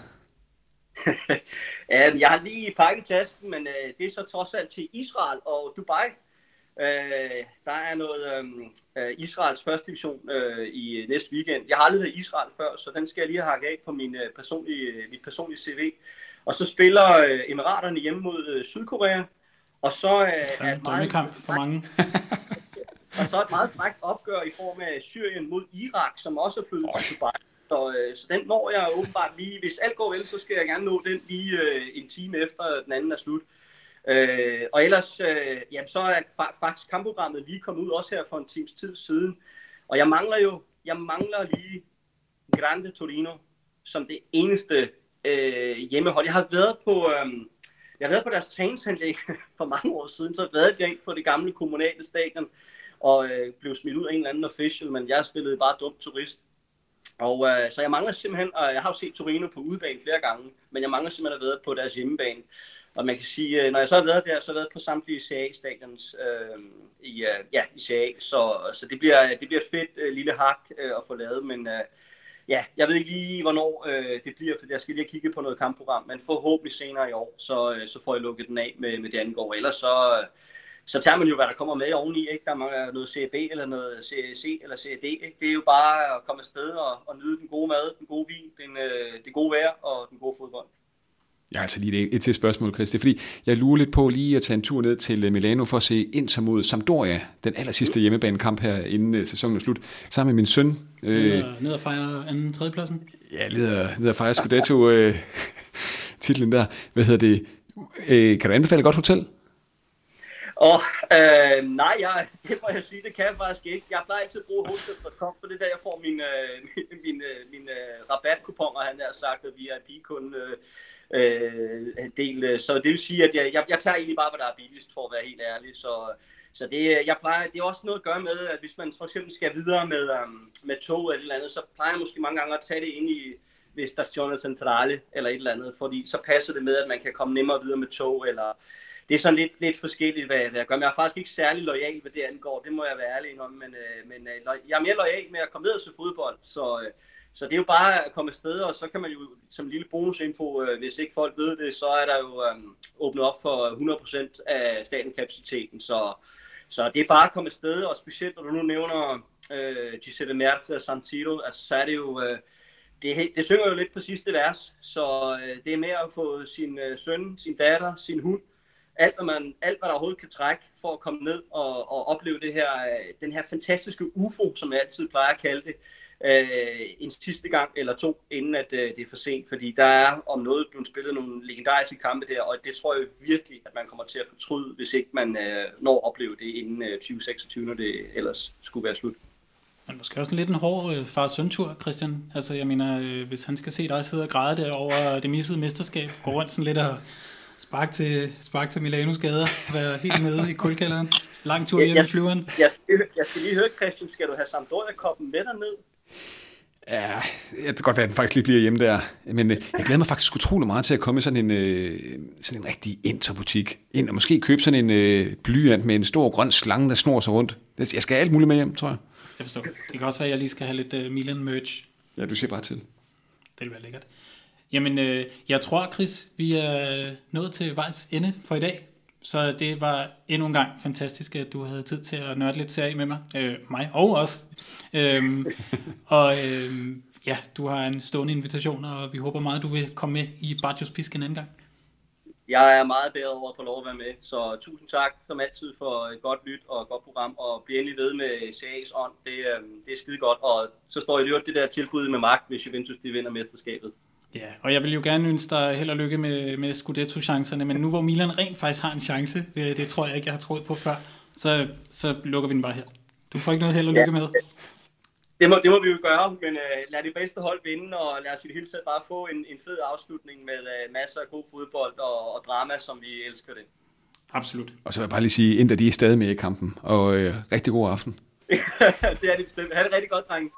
Speaker 3: Jeg har lige pakket tasken, men øh, det er så trods alt til Israel og Dubai. Øh, der er noget øh, Israels første division øh, i næste weekend. Jeg har aldrig været i Israel før, så den skal jeg lige hakke af på min, øh, personlige, mit personlige C V. Og så spiller øh, Emiraterne hjemme mod øh, Sydkorea. Og så øh, er et meget,
Speaker 1: for mange.
Speaker 3: og så et meget frækt opgør i form af Syrien mod Irak, som også er flyttet til Dubai. Så, øh, så den når jeg åbenbart lige. Hvis alt går vel, så skal jeg gerne nå den lige øh, en time efter den anden er slut. Øh, og ellers, øh, jamen, så er faktisk kampprogrammet lige kommet ud også her for en times tid siden. Og jeg mangler jo, jeg mangler lige Grande Torino som det eneste øh, hjemmehold. Jeg har været på, øh, jeg har været på deres træningsanlæg for mange år siden, så jeg har været på det gamle kommunale stadion og øh, blev smidt ud af en eller anden official, men jeg spillede bare dumt turist. Og øh, så jeg mangler simpelthen, og jeg har jo set Torino på udebane flere gange, men jeg mangler simpelthen at have været på deres hjemmebane. Og man kan sige, når jeg så har været der, så har jeg været på samtlige C A-stadions øh, i, øh, ja, i C A, så, så det bliver det bliver et fedt øh, lille hak øh, at få lavet, men øh, ja, jeg ved ikke lige, hvornår øh, det bliver, for jeg skal lige have kigget på noget kampprogram, men forhåbentlig senere i år, så, øh, så får jeg lukket den af med, med det andet år. Ellers så, øh, så tager man jo, hvad der kommer med oveni, ikke? Der er noget C B eller noget C C eller C D, ikke? Det er jo bare at komme afsted og, og nyde den gode mad, den gode vin, den, øh, det gode vejr og den gode fodbold.
Speaker 2: Ja, altså lige et til spørgsmål, Chris. Det er fordi, jeg lurer lidt på lige at tage en tur ned til Milano for at se Inter mod Sampdoria, den aller sidste hjemmebanekamp her, inden sæsonen er slut, sammen med min søn.
Speaker 1: Ned og, ned og fejre anden tredjepladsen?
Speaker 2: Ja, ned og fejre Scudetto øh, titlen der. Hvad hedder det? Øh, kan du anbefale et godt hotel?
Speaker 3: Og øh, nej, jeg, det må jeg sige, det kan jeg faktisk ikke. Jeg plejer altid at bruge hostels punktum com, for det er der, jeg får mine, mine, mine, mine rabatkuponer, han har sagt, at vi er pigekunde øh, del. Så det vil sige, at jeg, jeg, jeg tager egentlig bare, hvad der er billigst, for at være helt ærlig. Så, så det, jeg plejer, det er også noget at gøre med, at hvis man for eksempel skal videre med, um, med tog eller et eller andet, så plejer jeg måske mange gange at tage det ind i ved Stazione Centrale eller et eller andet, fordi så passer det med, at man kan komme nemmere videre med tog, eller det er sådan lidt, lidt forskelligt, hvad, hvad jeg gør. Men jeg er faktisk ikke særlig loyal, hvad det angår, det må jeg være ærlig om, men, øh, men øh, jeg er mere loyal med at komme ned og se fodbold, så, øh, så det er jo bare at komme afsted, og så kan man jo som en lille bonusinfo, øh, hvis ikke folk ved det, så er der jo øh, åbnet op for hundrede procent af stadionkapaciteten, så, så det er bare at komme afsted, og specielt når du nu nævner øh, Giuseppe Meazza og San Siro, altså så er det jo... Øh, Det, det synger jo lidt på sidste vers, så øh, det er med at få sin øh, søn, sin datter, sin hund, alt hvad, man, alt hvad der overhovedet kan trække for at komme ned og, og opleve det her, øh, den her fantastiske U F O, som jeg altid plejer at kalde det, øh, en sidste gang eller to, inden at øh, det er for sent, fordi der er om noget blevet spillet nogle legendariske kampe der, og det tror jeg virkelig, at man kommer til at fortryde, hvis ikke man øh, når at opleve det inden øh, tyve seksogtyve, når det ellers skulle være slut.
Speaker 1: Men måske også lidt en hård øh, far-søn-tur, Christian. Altså, jeg mener, øh, hvis han skal se dig sidde og græde der over det missede mesterskab, gå rundt sådan lidt og sparke til, spark til Milanos gader, være helt nede i kulkælderen, lang tur hjem i flyveren.
Speaker 3: Jeg, jeg, jeg skal lige høre, Christian, skal du have Sampdoria-koppen med derned?
Speaker 2: Ja, jeg kan godt være, at den faktisk lige bliver hjemme der. Men øh, jeg glæder mig faktisk utrolig meget til at komme i sådan en, øh, sådan en rigtig interbutik. Ind og måske købe sådan en øh, blyant med en stor grøn slange, der snor sig rundt. Jeg skal have alt muligt med hjem, tror jeg.
Speaker 1: Jeg forstår. Det kan også være, at jeg lige skal have lidt uh, Milan-merch.
Speaker 2: Ja, du siger bare til.
Speaker 1: Det vil være lækkert. Jamen, øh, jeg tror, Chris, vi er nået til vejs ende for i dag. Så det var endnu en gang fantastisk, at du havde tid til at nørde lidt serie med mig. Øh, mig og os. øhm, og øh, ja, du har en stående invitation, og vi håber meget, at du vil komme med i Bartos Pisk en anden gang.
Speaker 3: Jeg er meget bedre over at få lov at være med, så tusind tak som altid for et godt lyt og et godt program, og bliv endelig ved med C A's ånd, det, øh, det er skide godt, og så står I jo det der tilbud med magt, hvis Juventus de vinder mesterskabet.
Speaker 1: Ja, og jeg vil jo gerne ønske dig held og lykke med, med Scudetto-chancerne, men nu hvor Milan rent faktisk har en chance, det tror jeg ikke, jeg har troet på før, så, så lukker vi den bare her. Du får ikke noget held og lykke ja. med.
Speaker 3: Det må, det må vi jo gøre, men uh, lad det bedste hold vinde, og lad os i det hele taget bare få en, en fed afslutning med uh, masser af god fodbold og, og drama, som vi elsker det.
Speaker 1: Absolut. Og
Speaker 2: så vil jeg bare lige sige, Inter de er stadig med i kampen, og uh, rigtig god aften.
Speaker 3: Det er det bestemt. Ha' det rigtig godt, drenge.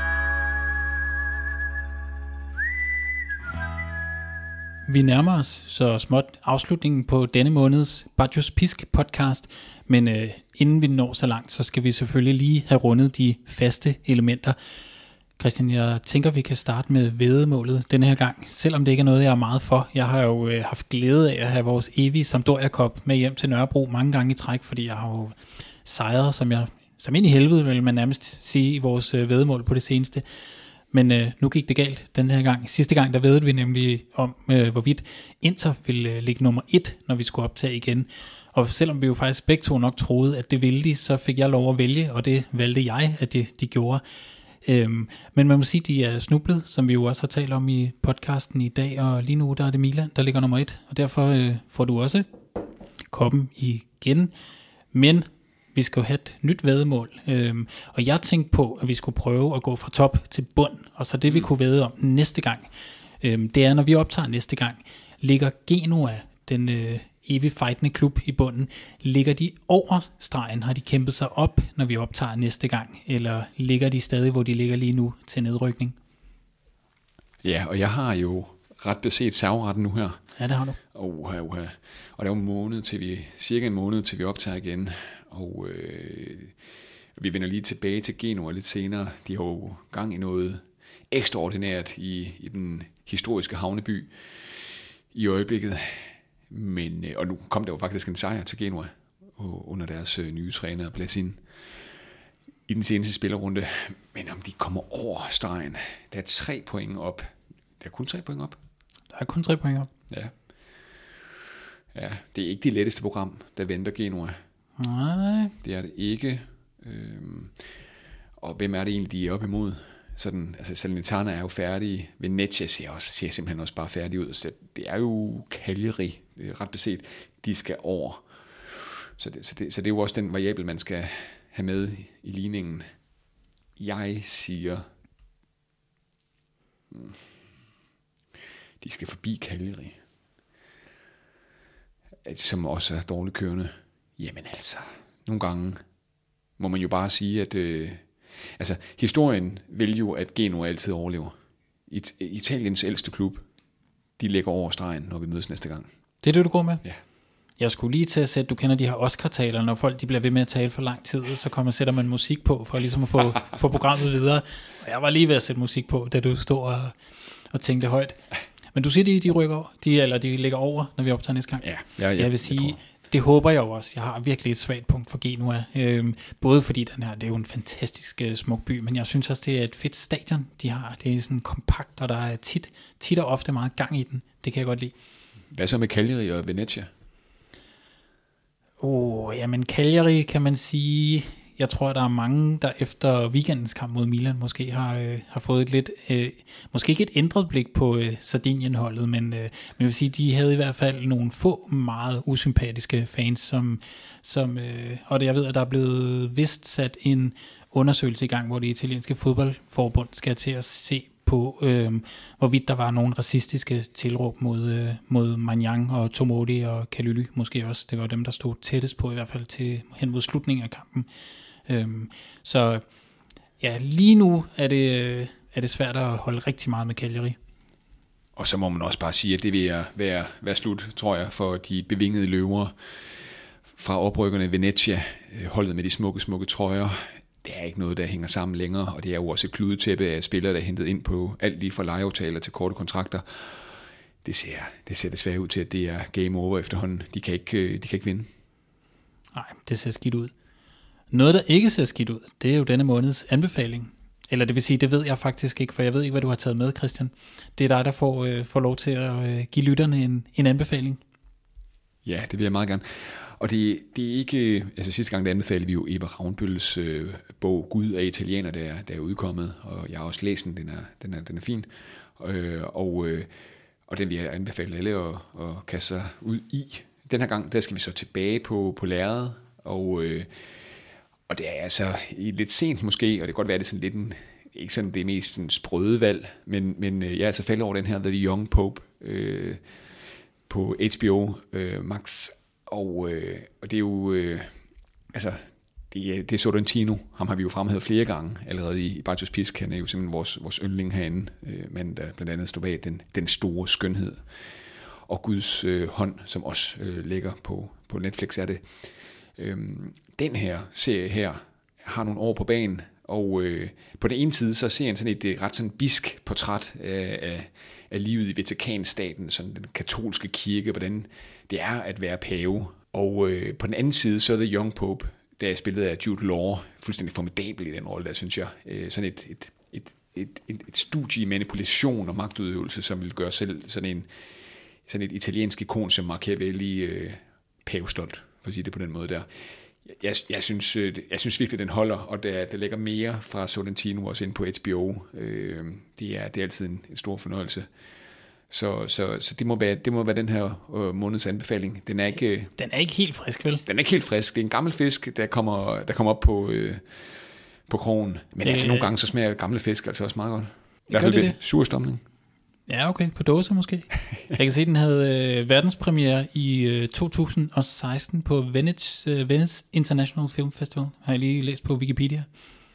Speaker 1: Vi nærmer os så småt afslutningen på denne måneds Bartos Pisk podcast, men øh, inden vi når så langt, så skal vi selvfølgelig lige have rundet de faste elementer. Christian, jeg tænker, vi kan starte med væddemålet denne her gang, selvom det ikke er noget, jeg er meget for. Jeg har jo øh, haft glæde af at have vores evige Sampdoria Cup med hjem til Nørrebro mange gange i træk, fordi jeg har jo sejret, som jeg som ind i helvede, vil man nærmest sige, i vores øh, væddemål på det seneste. Men øh, nu gik det galt den her gang. Sidste gang, der vedede vi nemlig om, øh, hvorvidt Inter ville øh, ligge nummer et, når vi skulle optage igen. Og selvom vi jo faktisk begge to nok troede, at det ville de, så fik jeg lov at vælge, og det valgte jeg, at det, de gjorde. Øhm, men man må sige, at de er snublet, som vi jo også har talt om i podcasten i dag, og lige nu der er det Milan, der ligger nummer et, og derfor øh, får du også koppen igen. Men vi skal jo have et nyt væddemål, øhm, og jeg tænkte på, at vi skulle prøve at gå fra top til bund, og så det vi kunne vædde om næste gang, øhm, det er, når vi optager næste gang, ligger Genoa, den øh, evig fightende klub i bunden, ligger de over stregen, har de kæmpet sig op, når vi optager næste gang, eller ligger de stadig, hvor de ligger lige nu til nedrykning?
Speaker 2: Ja, og jeg har jo ret beset serveretten nu her.
Speaker 1: Ja, det har du.
Speaker 2: Og, uh, uh, og der er jo en måned til vi, cirka en måned til vi optager igen, og øh, vi vender lige tilbage til Genoa lidt senere. De har jo gang i noget ekstraordinært i, i den historiske havneby i øjeblikket. Men, og nu kom der jo faktisk en sejr til Genoa under deres øh, nye træner Blessin i den seneste spillerunde. Men om de kommer over stregen, der er tre point op. Der er kun tre point op.
Speaker 1: Der er kun tre point op.
Speaker 2: Ja. Ja, det er ikke det letteste program, der venter Genoa.
Speaker 1: Nej.
Speaker 2: Det er det ikke. Øhm, og hvem er det egentlig, de er op imod? Sådan, altså Salernitana er jo færdige. Venezia ser, også, ser simpelthen også bare færdig ud. Så det er jo Cagliari, det er ret beset, de skal over. så, det, så, det, så det er jo også den variabel, man skal have med i, i ligningen. Jeg siger, hmm, de skal forbi Cagliari, som også er dårligt kørende. Jamen altså, nogle gange må man jo bare sige, at øh, altså, historien vil jo, at Genoa altid overlever. It- Italiens ældste klub, de ligger over stregen, når vi mødes næste gang.
Speaker 1: Det er det, du går med?
Speaker 2: Ja.
Speaker 1: Jeg skulle lige til at sætte, du kender de her Oscar-taler, når folk de bliver ved med at tale for lang tid, så kommer sætter man musik på, for ligesom at få, få programmet videre. Og jeg var lige ved at sætte musik på, da du stod og, og tænkte højt. Men du siger, de, de rykker over, de, eller de ligger over, når vi optager næste gang.
Speaker 2: Ja, ja, ja,
Speaker 1: jeg vil sige, jeg det håber jeg jo også. Jeg har virkelig et svagt punkt for Genoa. Øhm, både fordi den her, det er jo en fantastisk øh, smuk by, men jeg synes også, det er et fedt stadion, de har. Det er sådan kompakt, og der er tit, tit og ofte meget gang i den. Det kan jeg godt lide.
Speaker 2: Hvad så med Cagliari og Venezia?
Speaker 1: Åh, oh, jamen Cagliari kan man sige, jeg tror, der er mange, der efter weekendens kamp mod Milan måske har, øh, har fået et lidt, øh, måske ikke et ændret blik på øh, Sardinien-holdet, men, øh, men jeg vil sige, de havde i hvert fald nogle få meget usympatiske fans, som, som øh, og det, jeg ved, at der er blevet vist sat en undersøgelse i gang, hvor det italienske fodboldforbund skal til at se på, øh, hvorvidt der var nogle racistiske tilråb mod, øh, mod Maignan og Tomodi og Kalulu måske også. Det var dem, der stod tættest på, i hvert fald til hen mod slutningen af kampen. Øh, så ja, lige nu er det, er det svært at holde rigtig meget med Cagliari.
Speaker 2: Og så må man også bare sige, at det vil være, være slut, tror jeg, for de bevingede løver fra oprykkerne Venezia, holdet med de smukke, smukke trøjer. Det er ikke noget, der hænger sammen længere, og det er jo også et kludetæppe af spillere, der er hentet ind på alt lige fra lejeaftaler til korte kontrakter. Det ser, det ser desværre ud til, at det er game over efterhånden. De kan ikke, de kan ikke vinde.
Speaker 1: Nej, det ser skidt ud. Noget, der ikke ser skidt ud, det er jo denne måneds anbefaling. Eller det vil sige, det ved jeg faktisk ikke, for jeg ved ikke, hvad du har taget med, Christian. Det er dig, der får, øh, får lov til at øh, give lytterne en, en anbefaling.
Speaker 2: Ja, det vil jeg meget gerne. Og det, det er ikke, altså sidste gang der anbefalede vi jo Eva Ravnbølles øh, bog Gud af italiener, der er, der er udkommet, og jeg har også læst den, den er, den er, den er fin, øh, og, øh, og den vil jeg anbefale alle at, at kaste sig ud i. Den her gang, der skal vi så tilbage på, på lærredet, og, øh, og det er altså lidt sent måske, og det kan godt være, det er sådan lidt en, ikke sådan det mest sådan sprøde valg, men, men jeg er altså faldet over den her The Young Pope øh, på H B O øh, Max. Og, øh, og det er jo, øh, altså, det, det er Sorrentino, ham har vi jo fremhævet flere gange allerede i, i Bartosz Pisk, han er jo simpelthen vores, vores yndling herinde, øh, men der blandt andet står bag den, den store skønhed og Guds øh, hånd, som også øh, ligger på, på Netflix, er det. Øh, den her serie her har nogle år på banen, og øh, på den ene side så ser han sådan et, et ret sådan bisk portræt af, af, af livet i Vatikanstaten, sådan den katolske kirke, hvordan det er at være pave. Og øh, på den anden side så er The Young Pope, der er spillet af Jude Law, fuldstændig formidabel i den rolle der, synes jeg. Øh, sådan et, et, et, et, et, et studie i manipulation og magtudøvelse, som vil gøre selv sådan en sådan et italiensk ikon som Machiavelli øh, pavestolt, for at sige det på den måde der. Jeg, jeg, synes, jeg synes virkelig, den holder, og der, der ligger mere fra Sorrentino også ind på H B O. Øh, det, er, det er altid en, en stor fornøjelse. Så, så, så det, må være, det må være den her øh, måneds anbefaling. Den er, ikke,
Speaker 1: den er ikke helt frisk, vel?
Speaker 2: Den er ikke helt frisk. Det er en gammel fisk, der kommer, der kommer op på, øh, på krogen. Men øh, altså nogle gange så smager gamle fisk altså også meget godt. I hvert fald det surstomning.
Speaker 1: Ja, okay. På dåse måske. Jeg kan se, at den havde øh, verdenspremiere i øh, to tusind og seksten på Venice, øh, Venice International Film Festival. Har jeg lige læst på Wikipedia.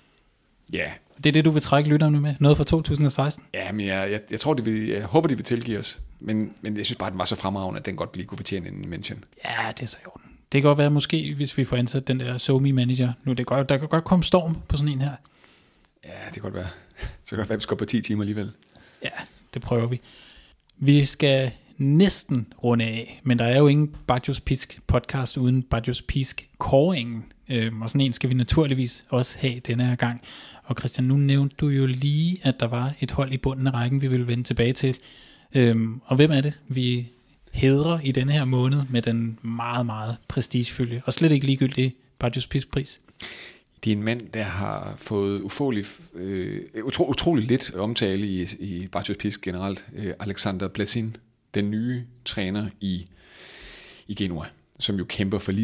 Speaker 2: Ja.
Speaker 1: Det er det, du vil trække lytterne med? Noget fra to tusind og seksten?
Speaker 2: Ja, men jeg, jeg, jeg tror, det vil, jeg håber, de vil tilgive os. Men, men jeg synes bare, den var så fremragende, at den godt lige kunne fortjene en mention.
Speaker 1: Ja, det er så i orden. Det kan godt være, måske, hvis vi får ansat den der SoMe manager. Nu, det godt, der kan godt komme storm på sådan en her.
Speaker 2: Ja, det kan godt være. Så kan godt være, at vi skal på ti timer alligevel.
Speaker 1: Ja, det prøver vi. Vi skal næsten runde af, men der er jo ingen Bartosz Pisk podcast uden Bartosz Pisk kåringen. Øhm, og sådan en skal vi naturligvis også have denne her gang. Og Christian, nu nævnte du jo lige, at der var et hold i bunden af rækken, vi vil vende tilbage til. Øhm, og hvem er det, vi hædrer i denne her måned med den meget, meget prestigefulde og slet ikke ligegyldige Bartosz Pisk pris?
Speaker 2: Det er en mand, der har fået utrolig, øh, utro, utrolig lidt omtale i, i Bartosz Pisk generelt. Øh, Alexander Blazin, den nye træner i, i Genoa, som jo kæmper for livet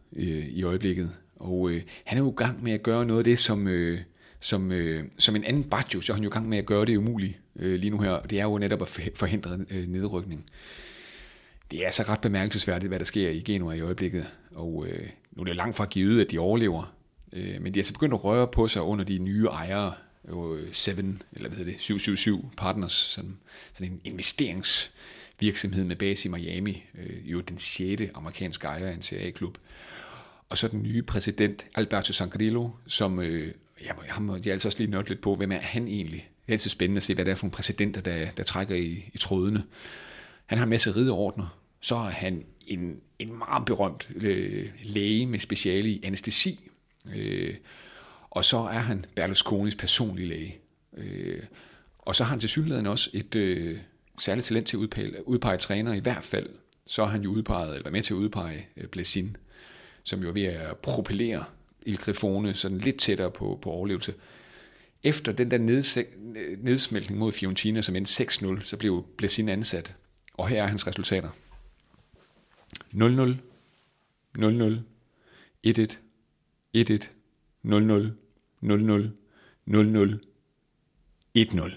Speaker 2: øh, i øjeblikket. Og øh, han er jo i gang med at gøre noget af det, som, øh, som, øh, som en anden Baggio, så er han jo i gang med at gøre det umuligt øh, lige nu her. Og det er jo netop at forhindre øh, nedrykning. Det er altså ret bemærkelsesværdigt, hvad der sker i Genoa i øjeblikket. Og øh, nu er det langt fra givet, at de overlever. Øh, men de er altså begyndt at røre på sig under de nye ejere, øh, Seven, eller hvad hedder det, syv syv syv Partners, som sådan en investeringsvirksomhed med base i Miami. Øh, jo den sjette amerikanske ejer af en Serie A-klub. Og så den nye præsident, Alberto Zancadillo, som, øh, ja, ham må jeg altså også lige nørde lidt på, hvem er han egentlig? Det er altid spændende at se, hvad det er for nogle præsidenter, der, der trækker i, i trådene. Han har en masse ridderordner. Så er han en, en meget berømt øh, læge med speciale i anæstesi. Øh, og så er han Berlusconis personlige læge. Øh, og så har han tilsyneladende også et øh, særligt talent til at udpege, udpege træner. I hvert fald så har han jo udpeget, eller med til at udpege øh, Blessin, som jo er ved at propellere Il Grifone sådan lidt tættere på, på overlevelse. Efter den der nedsmeltning mod Fiorentina, som endte seks nul, så blev Blessin ansat. Og her er hans resultater. nul nul, nul nul, et et, et et, nul nul, nul nul, nul nul, et nul.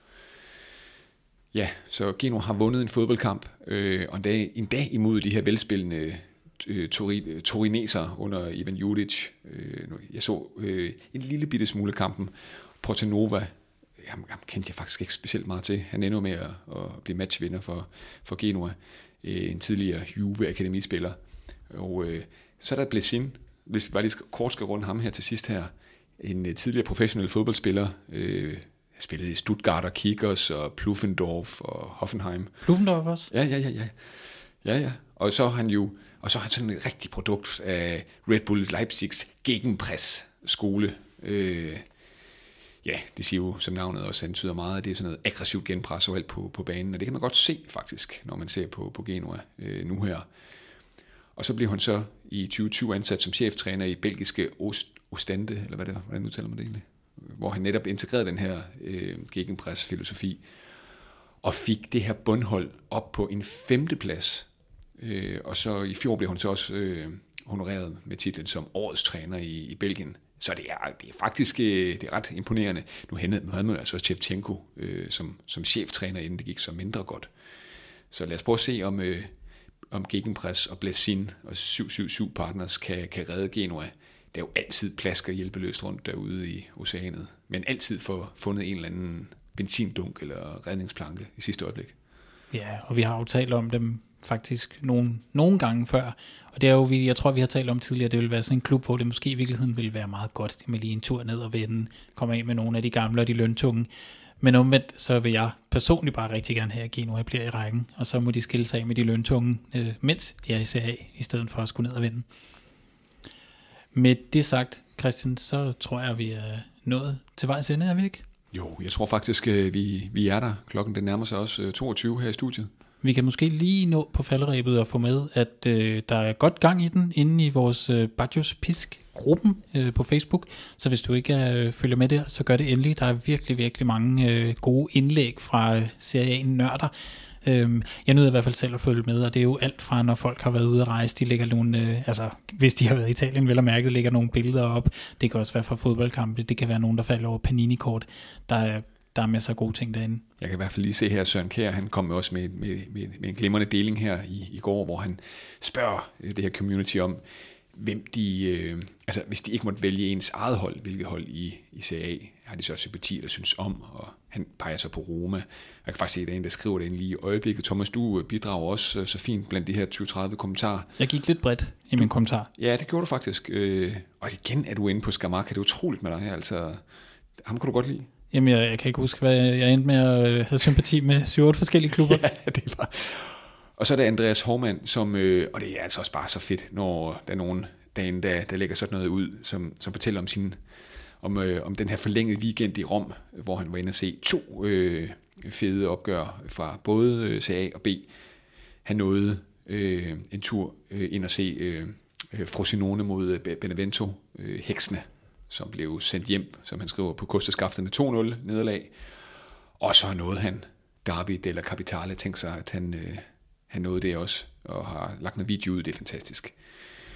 Speaker 2: Ja, så Genoa har vundet en fodboldkamp, øh, og en dag, en dag imod de her velspillende øh, tori, torineser under Ivan Juric. Øh, jeg så øh, en lille bitte smule kampen. Portanova, ham, ham kendte jeg faktisk ikke specielt meget til. Han ender med at, at blive matchvinder for, for Genoa. Øh, en tidligere Juve-akademispiller. Og øh, så er der Blessin, hvis vi bare lige kort skal runde ham her til sidst her. En øh, tidligere professionel fodboldspiller, øh, spillede i Stuttgart og Kickers og Pfullendorf og Hoffenheim.
Speaker 1: Pfullendorf også?
Speaker 2: Ja, ja, ja, ja. Ja, ja. Og så er han jo, og så er han sådan et rigtigt produkt af Red Bull Leipzigs gegenpress-skole. Øh, ja, det siger jo, som navnet også antyder meget, det er sådan noget aggressivt genpres og alt på, på banen, og det kan man godt se faktisk, når man ser på, på Genoa øh, nu her. Og så bliver han så i tyve tyve ansat som cheftræner i belgiske Ost, Ostende, eller hvad det er, hvordan udtaler man det egentlig? Hvor han netop integrerede den her øh, gegenpres-filosofi, og fik det her bundhold op på en femteplads. Øh, og så i fjor blev hun så også øh, honoreret med titlen som årets træner i, i Belgien. Så det er, det er faktisk øh, det er ret imponerende. Nu havde man altså Shevchenko øh, som, som cheftræner, inden det gik så mindre godt. Så lad os prøve at se, om, øh, om gegenpres og Blessin og syv syv syv Partners kan, kan redde Genoa. Der er jo altid plasker hjælpeløst rundt derude i oceanet, men altid får fundet en eller anden benzindunk eller redningsplanke i sidste øjeblik.
Speaker 1: Ja, og vi har jo talt om dem faktisk nogle, nogle gange før, og det er jo, jeg tror vi har talt om tidligere, det vil være sådan en klub, hvor det måske i virkeligheden vil være meget godt med lige en tur ned og vende, komme af med nogle af de gamle og de løntunge. Men omvendt, så vil jeg personligt bare rigtig gerne have, at Genoa bliver i rækken, og så må de skille sig af med de løntunge, øh, mens de er i Serie A, i stedet for at skulle ned og vende. Med det sagt, Christian, så tror jeg, at vi er nået til vejs ende, er vi ikke?
Speaker 2: Jo, jeg tror faktisk, vi, vi er der. Klokken den nærmer sig også toogtyve her i studiet.
Speaker 1: Vi kan måske lige nå på falderæbet og få med, at øh, der er godt gang i den inde i vores øh, Baggios Pisk-gruppen øh, på Facebook. Så hvis du ikke øh, følger med der, så gør det endelig. Der er virkelig, virkelig mange øh, gode indlæg fra øh, Serie A-nørder. Øh, jeg nyder i hvert fald selv at følge med, og det er jo alt fra, når folk har været ude at rejse, de lægger nogle, øh, altså hvis de har været i Italien, vel og mærket, lægger nogle billeder op. Det kan også være fra fodboldkampe, det kan være nogen, der falder over Panini-kort. Der er Der er masser af gode ting derinde. Jeg
Speaker 2: kan i hvert fald lige se her, Søren Kjær, han kom også med, med, med, med en glimrende deling her i, i går, hvor han spørger det her community om, hvem de, øh, altså hvis de ikke måtte vælge ens eget hold, hvilket hold i, i Serie A, har de så sympati, der synes om, og han peger så på Roma. Jeg kan faktisk se, at der er en, der skriver det lige i øjeblikket. Thomas, du bidrager også så fint blandt de her tyve tredive kommentarer.
Speaker 1: Jeg gik lidt bredt i min kommentar.
Speaker 2: Ja, det gjorde du faktisk. Og igen er du inde på Scamacca, det er utroligt med dig her, altså ham kan du godt lide.
Speaker 1: Jamen, jeg, jeg kan ikke huske, hvad jeg endte med at have sympati med syv otte forskellige klubber.
Speaker 2: Ja, det var. Og så er der Andreas Hormann, som, øh, og det er altså også bare så fedt, når der er nogen derinde, der, der lægger sådan noget ud, som, som fortæller om, sin, om, øh, om den her forlængede weekend i Rom, hvor han var inde og se to øh, fede opgør fra både Serie A og B. Han nåede øh, en tur øh, ind og se øh, Frosinone mod Benevento, øh, heksene, som blev sendt hjem, som han skriver på kosteskafterne to nul nederlag. Og så nåede han Derby della Capitale, tænkte sig, at han, øh, han nåede det også, og har lagt noget video ud, det er fantastisk.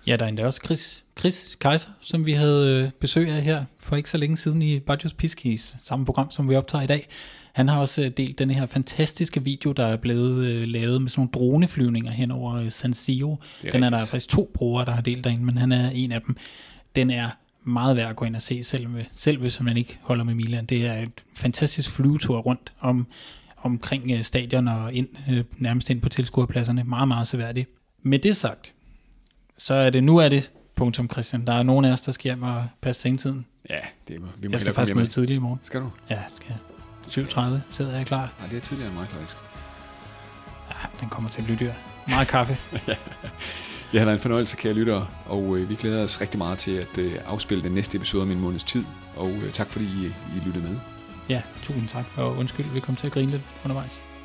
Speaker 1: Ja, der er endda også Chris, Chris Kaiser, som vi havde besøg af her for ikke så længe siden i Bajos Piskis, samme program, som vi optager i dag. Han har også delt den her fantastiske video, der er blevet øh, lavet med sådan nogle droneflyvninger hen over øh, San Siro. Er den rigtigt. Er der faktisk to brugere, der har delt derinde, men han er en af dem. Den er meget værd at gå ind og se, selv, med, selv hvis man ikke holder med Milan. Det er et fantastisk flyvetur rundt om, omkring øh, stadion og ind, øh, nærmest ind på tilskuerpladserne. Meget, meget seværdigt. Med det sagt, så er det, nu er det punktum, Christian. Der er nogen af os, der skal hjem og passe sengtiden.
Speaker 2: Ja, det må, vi må
Speaker 1: jeg skal faktisk møde tidligt i morgen.
Speaker 2: Skal du?
Speaker 1: Ja, skal jeg. syv tredive sidder jeg klar.
Speaker 2: Nej, det er tidligere end mig faktisk.
Speaker 1: Ja, den kommer til at lytte. Meget kaffe.
Speaker 2: Ja. Det har været en fornøjelse, kære lyttere, og øh, vi glæder os rigtig meget til at øh, afspille den næste episode om en måneds tid. Og øh, tak fordi I, I lyttede med.
Speaker 1: Ja, tusind tak, og undskyld, vi kom til at grine lidt undervejs.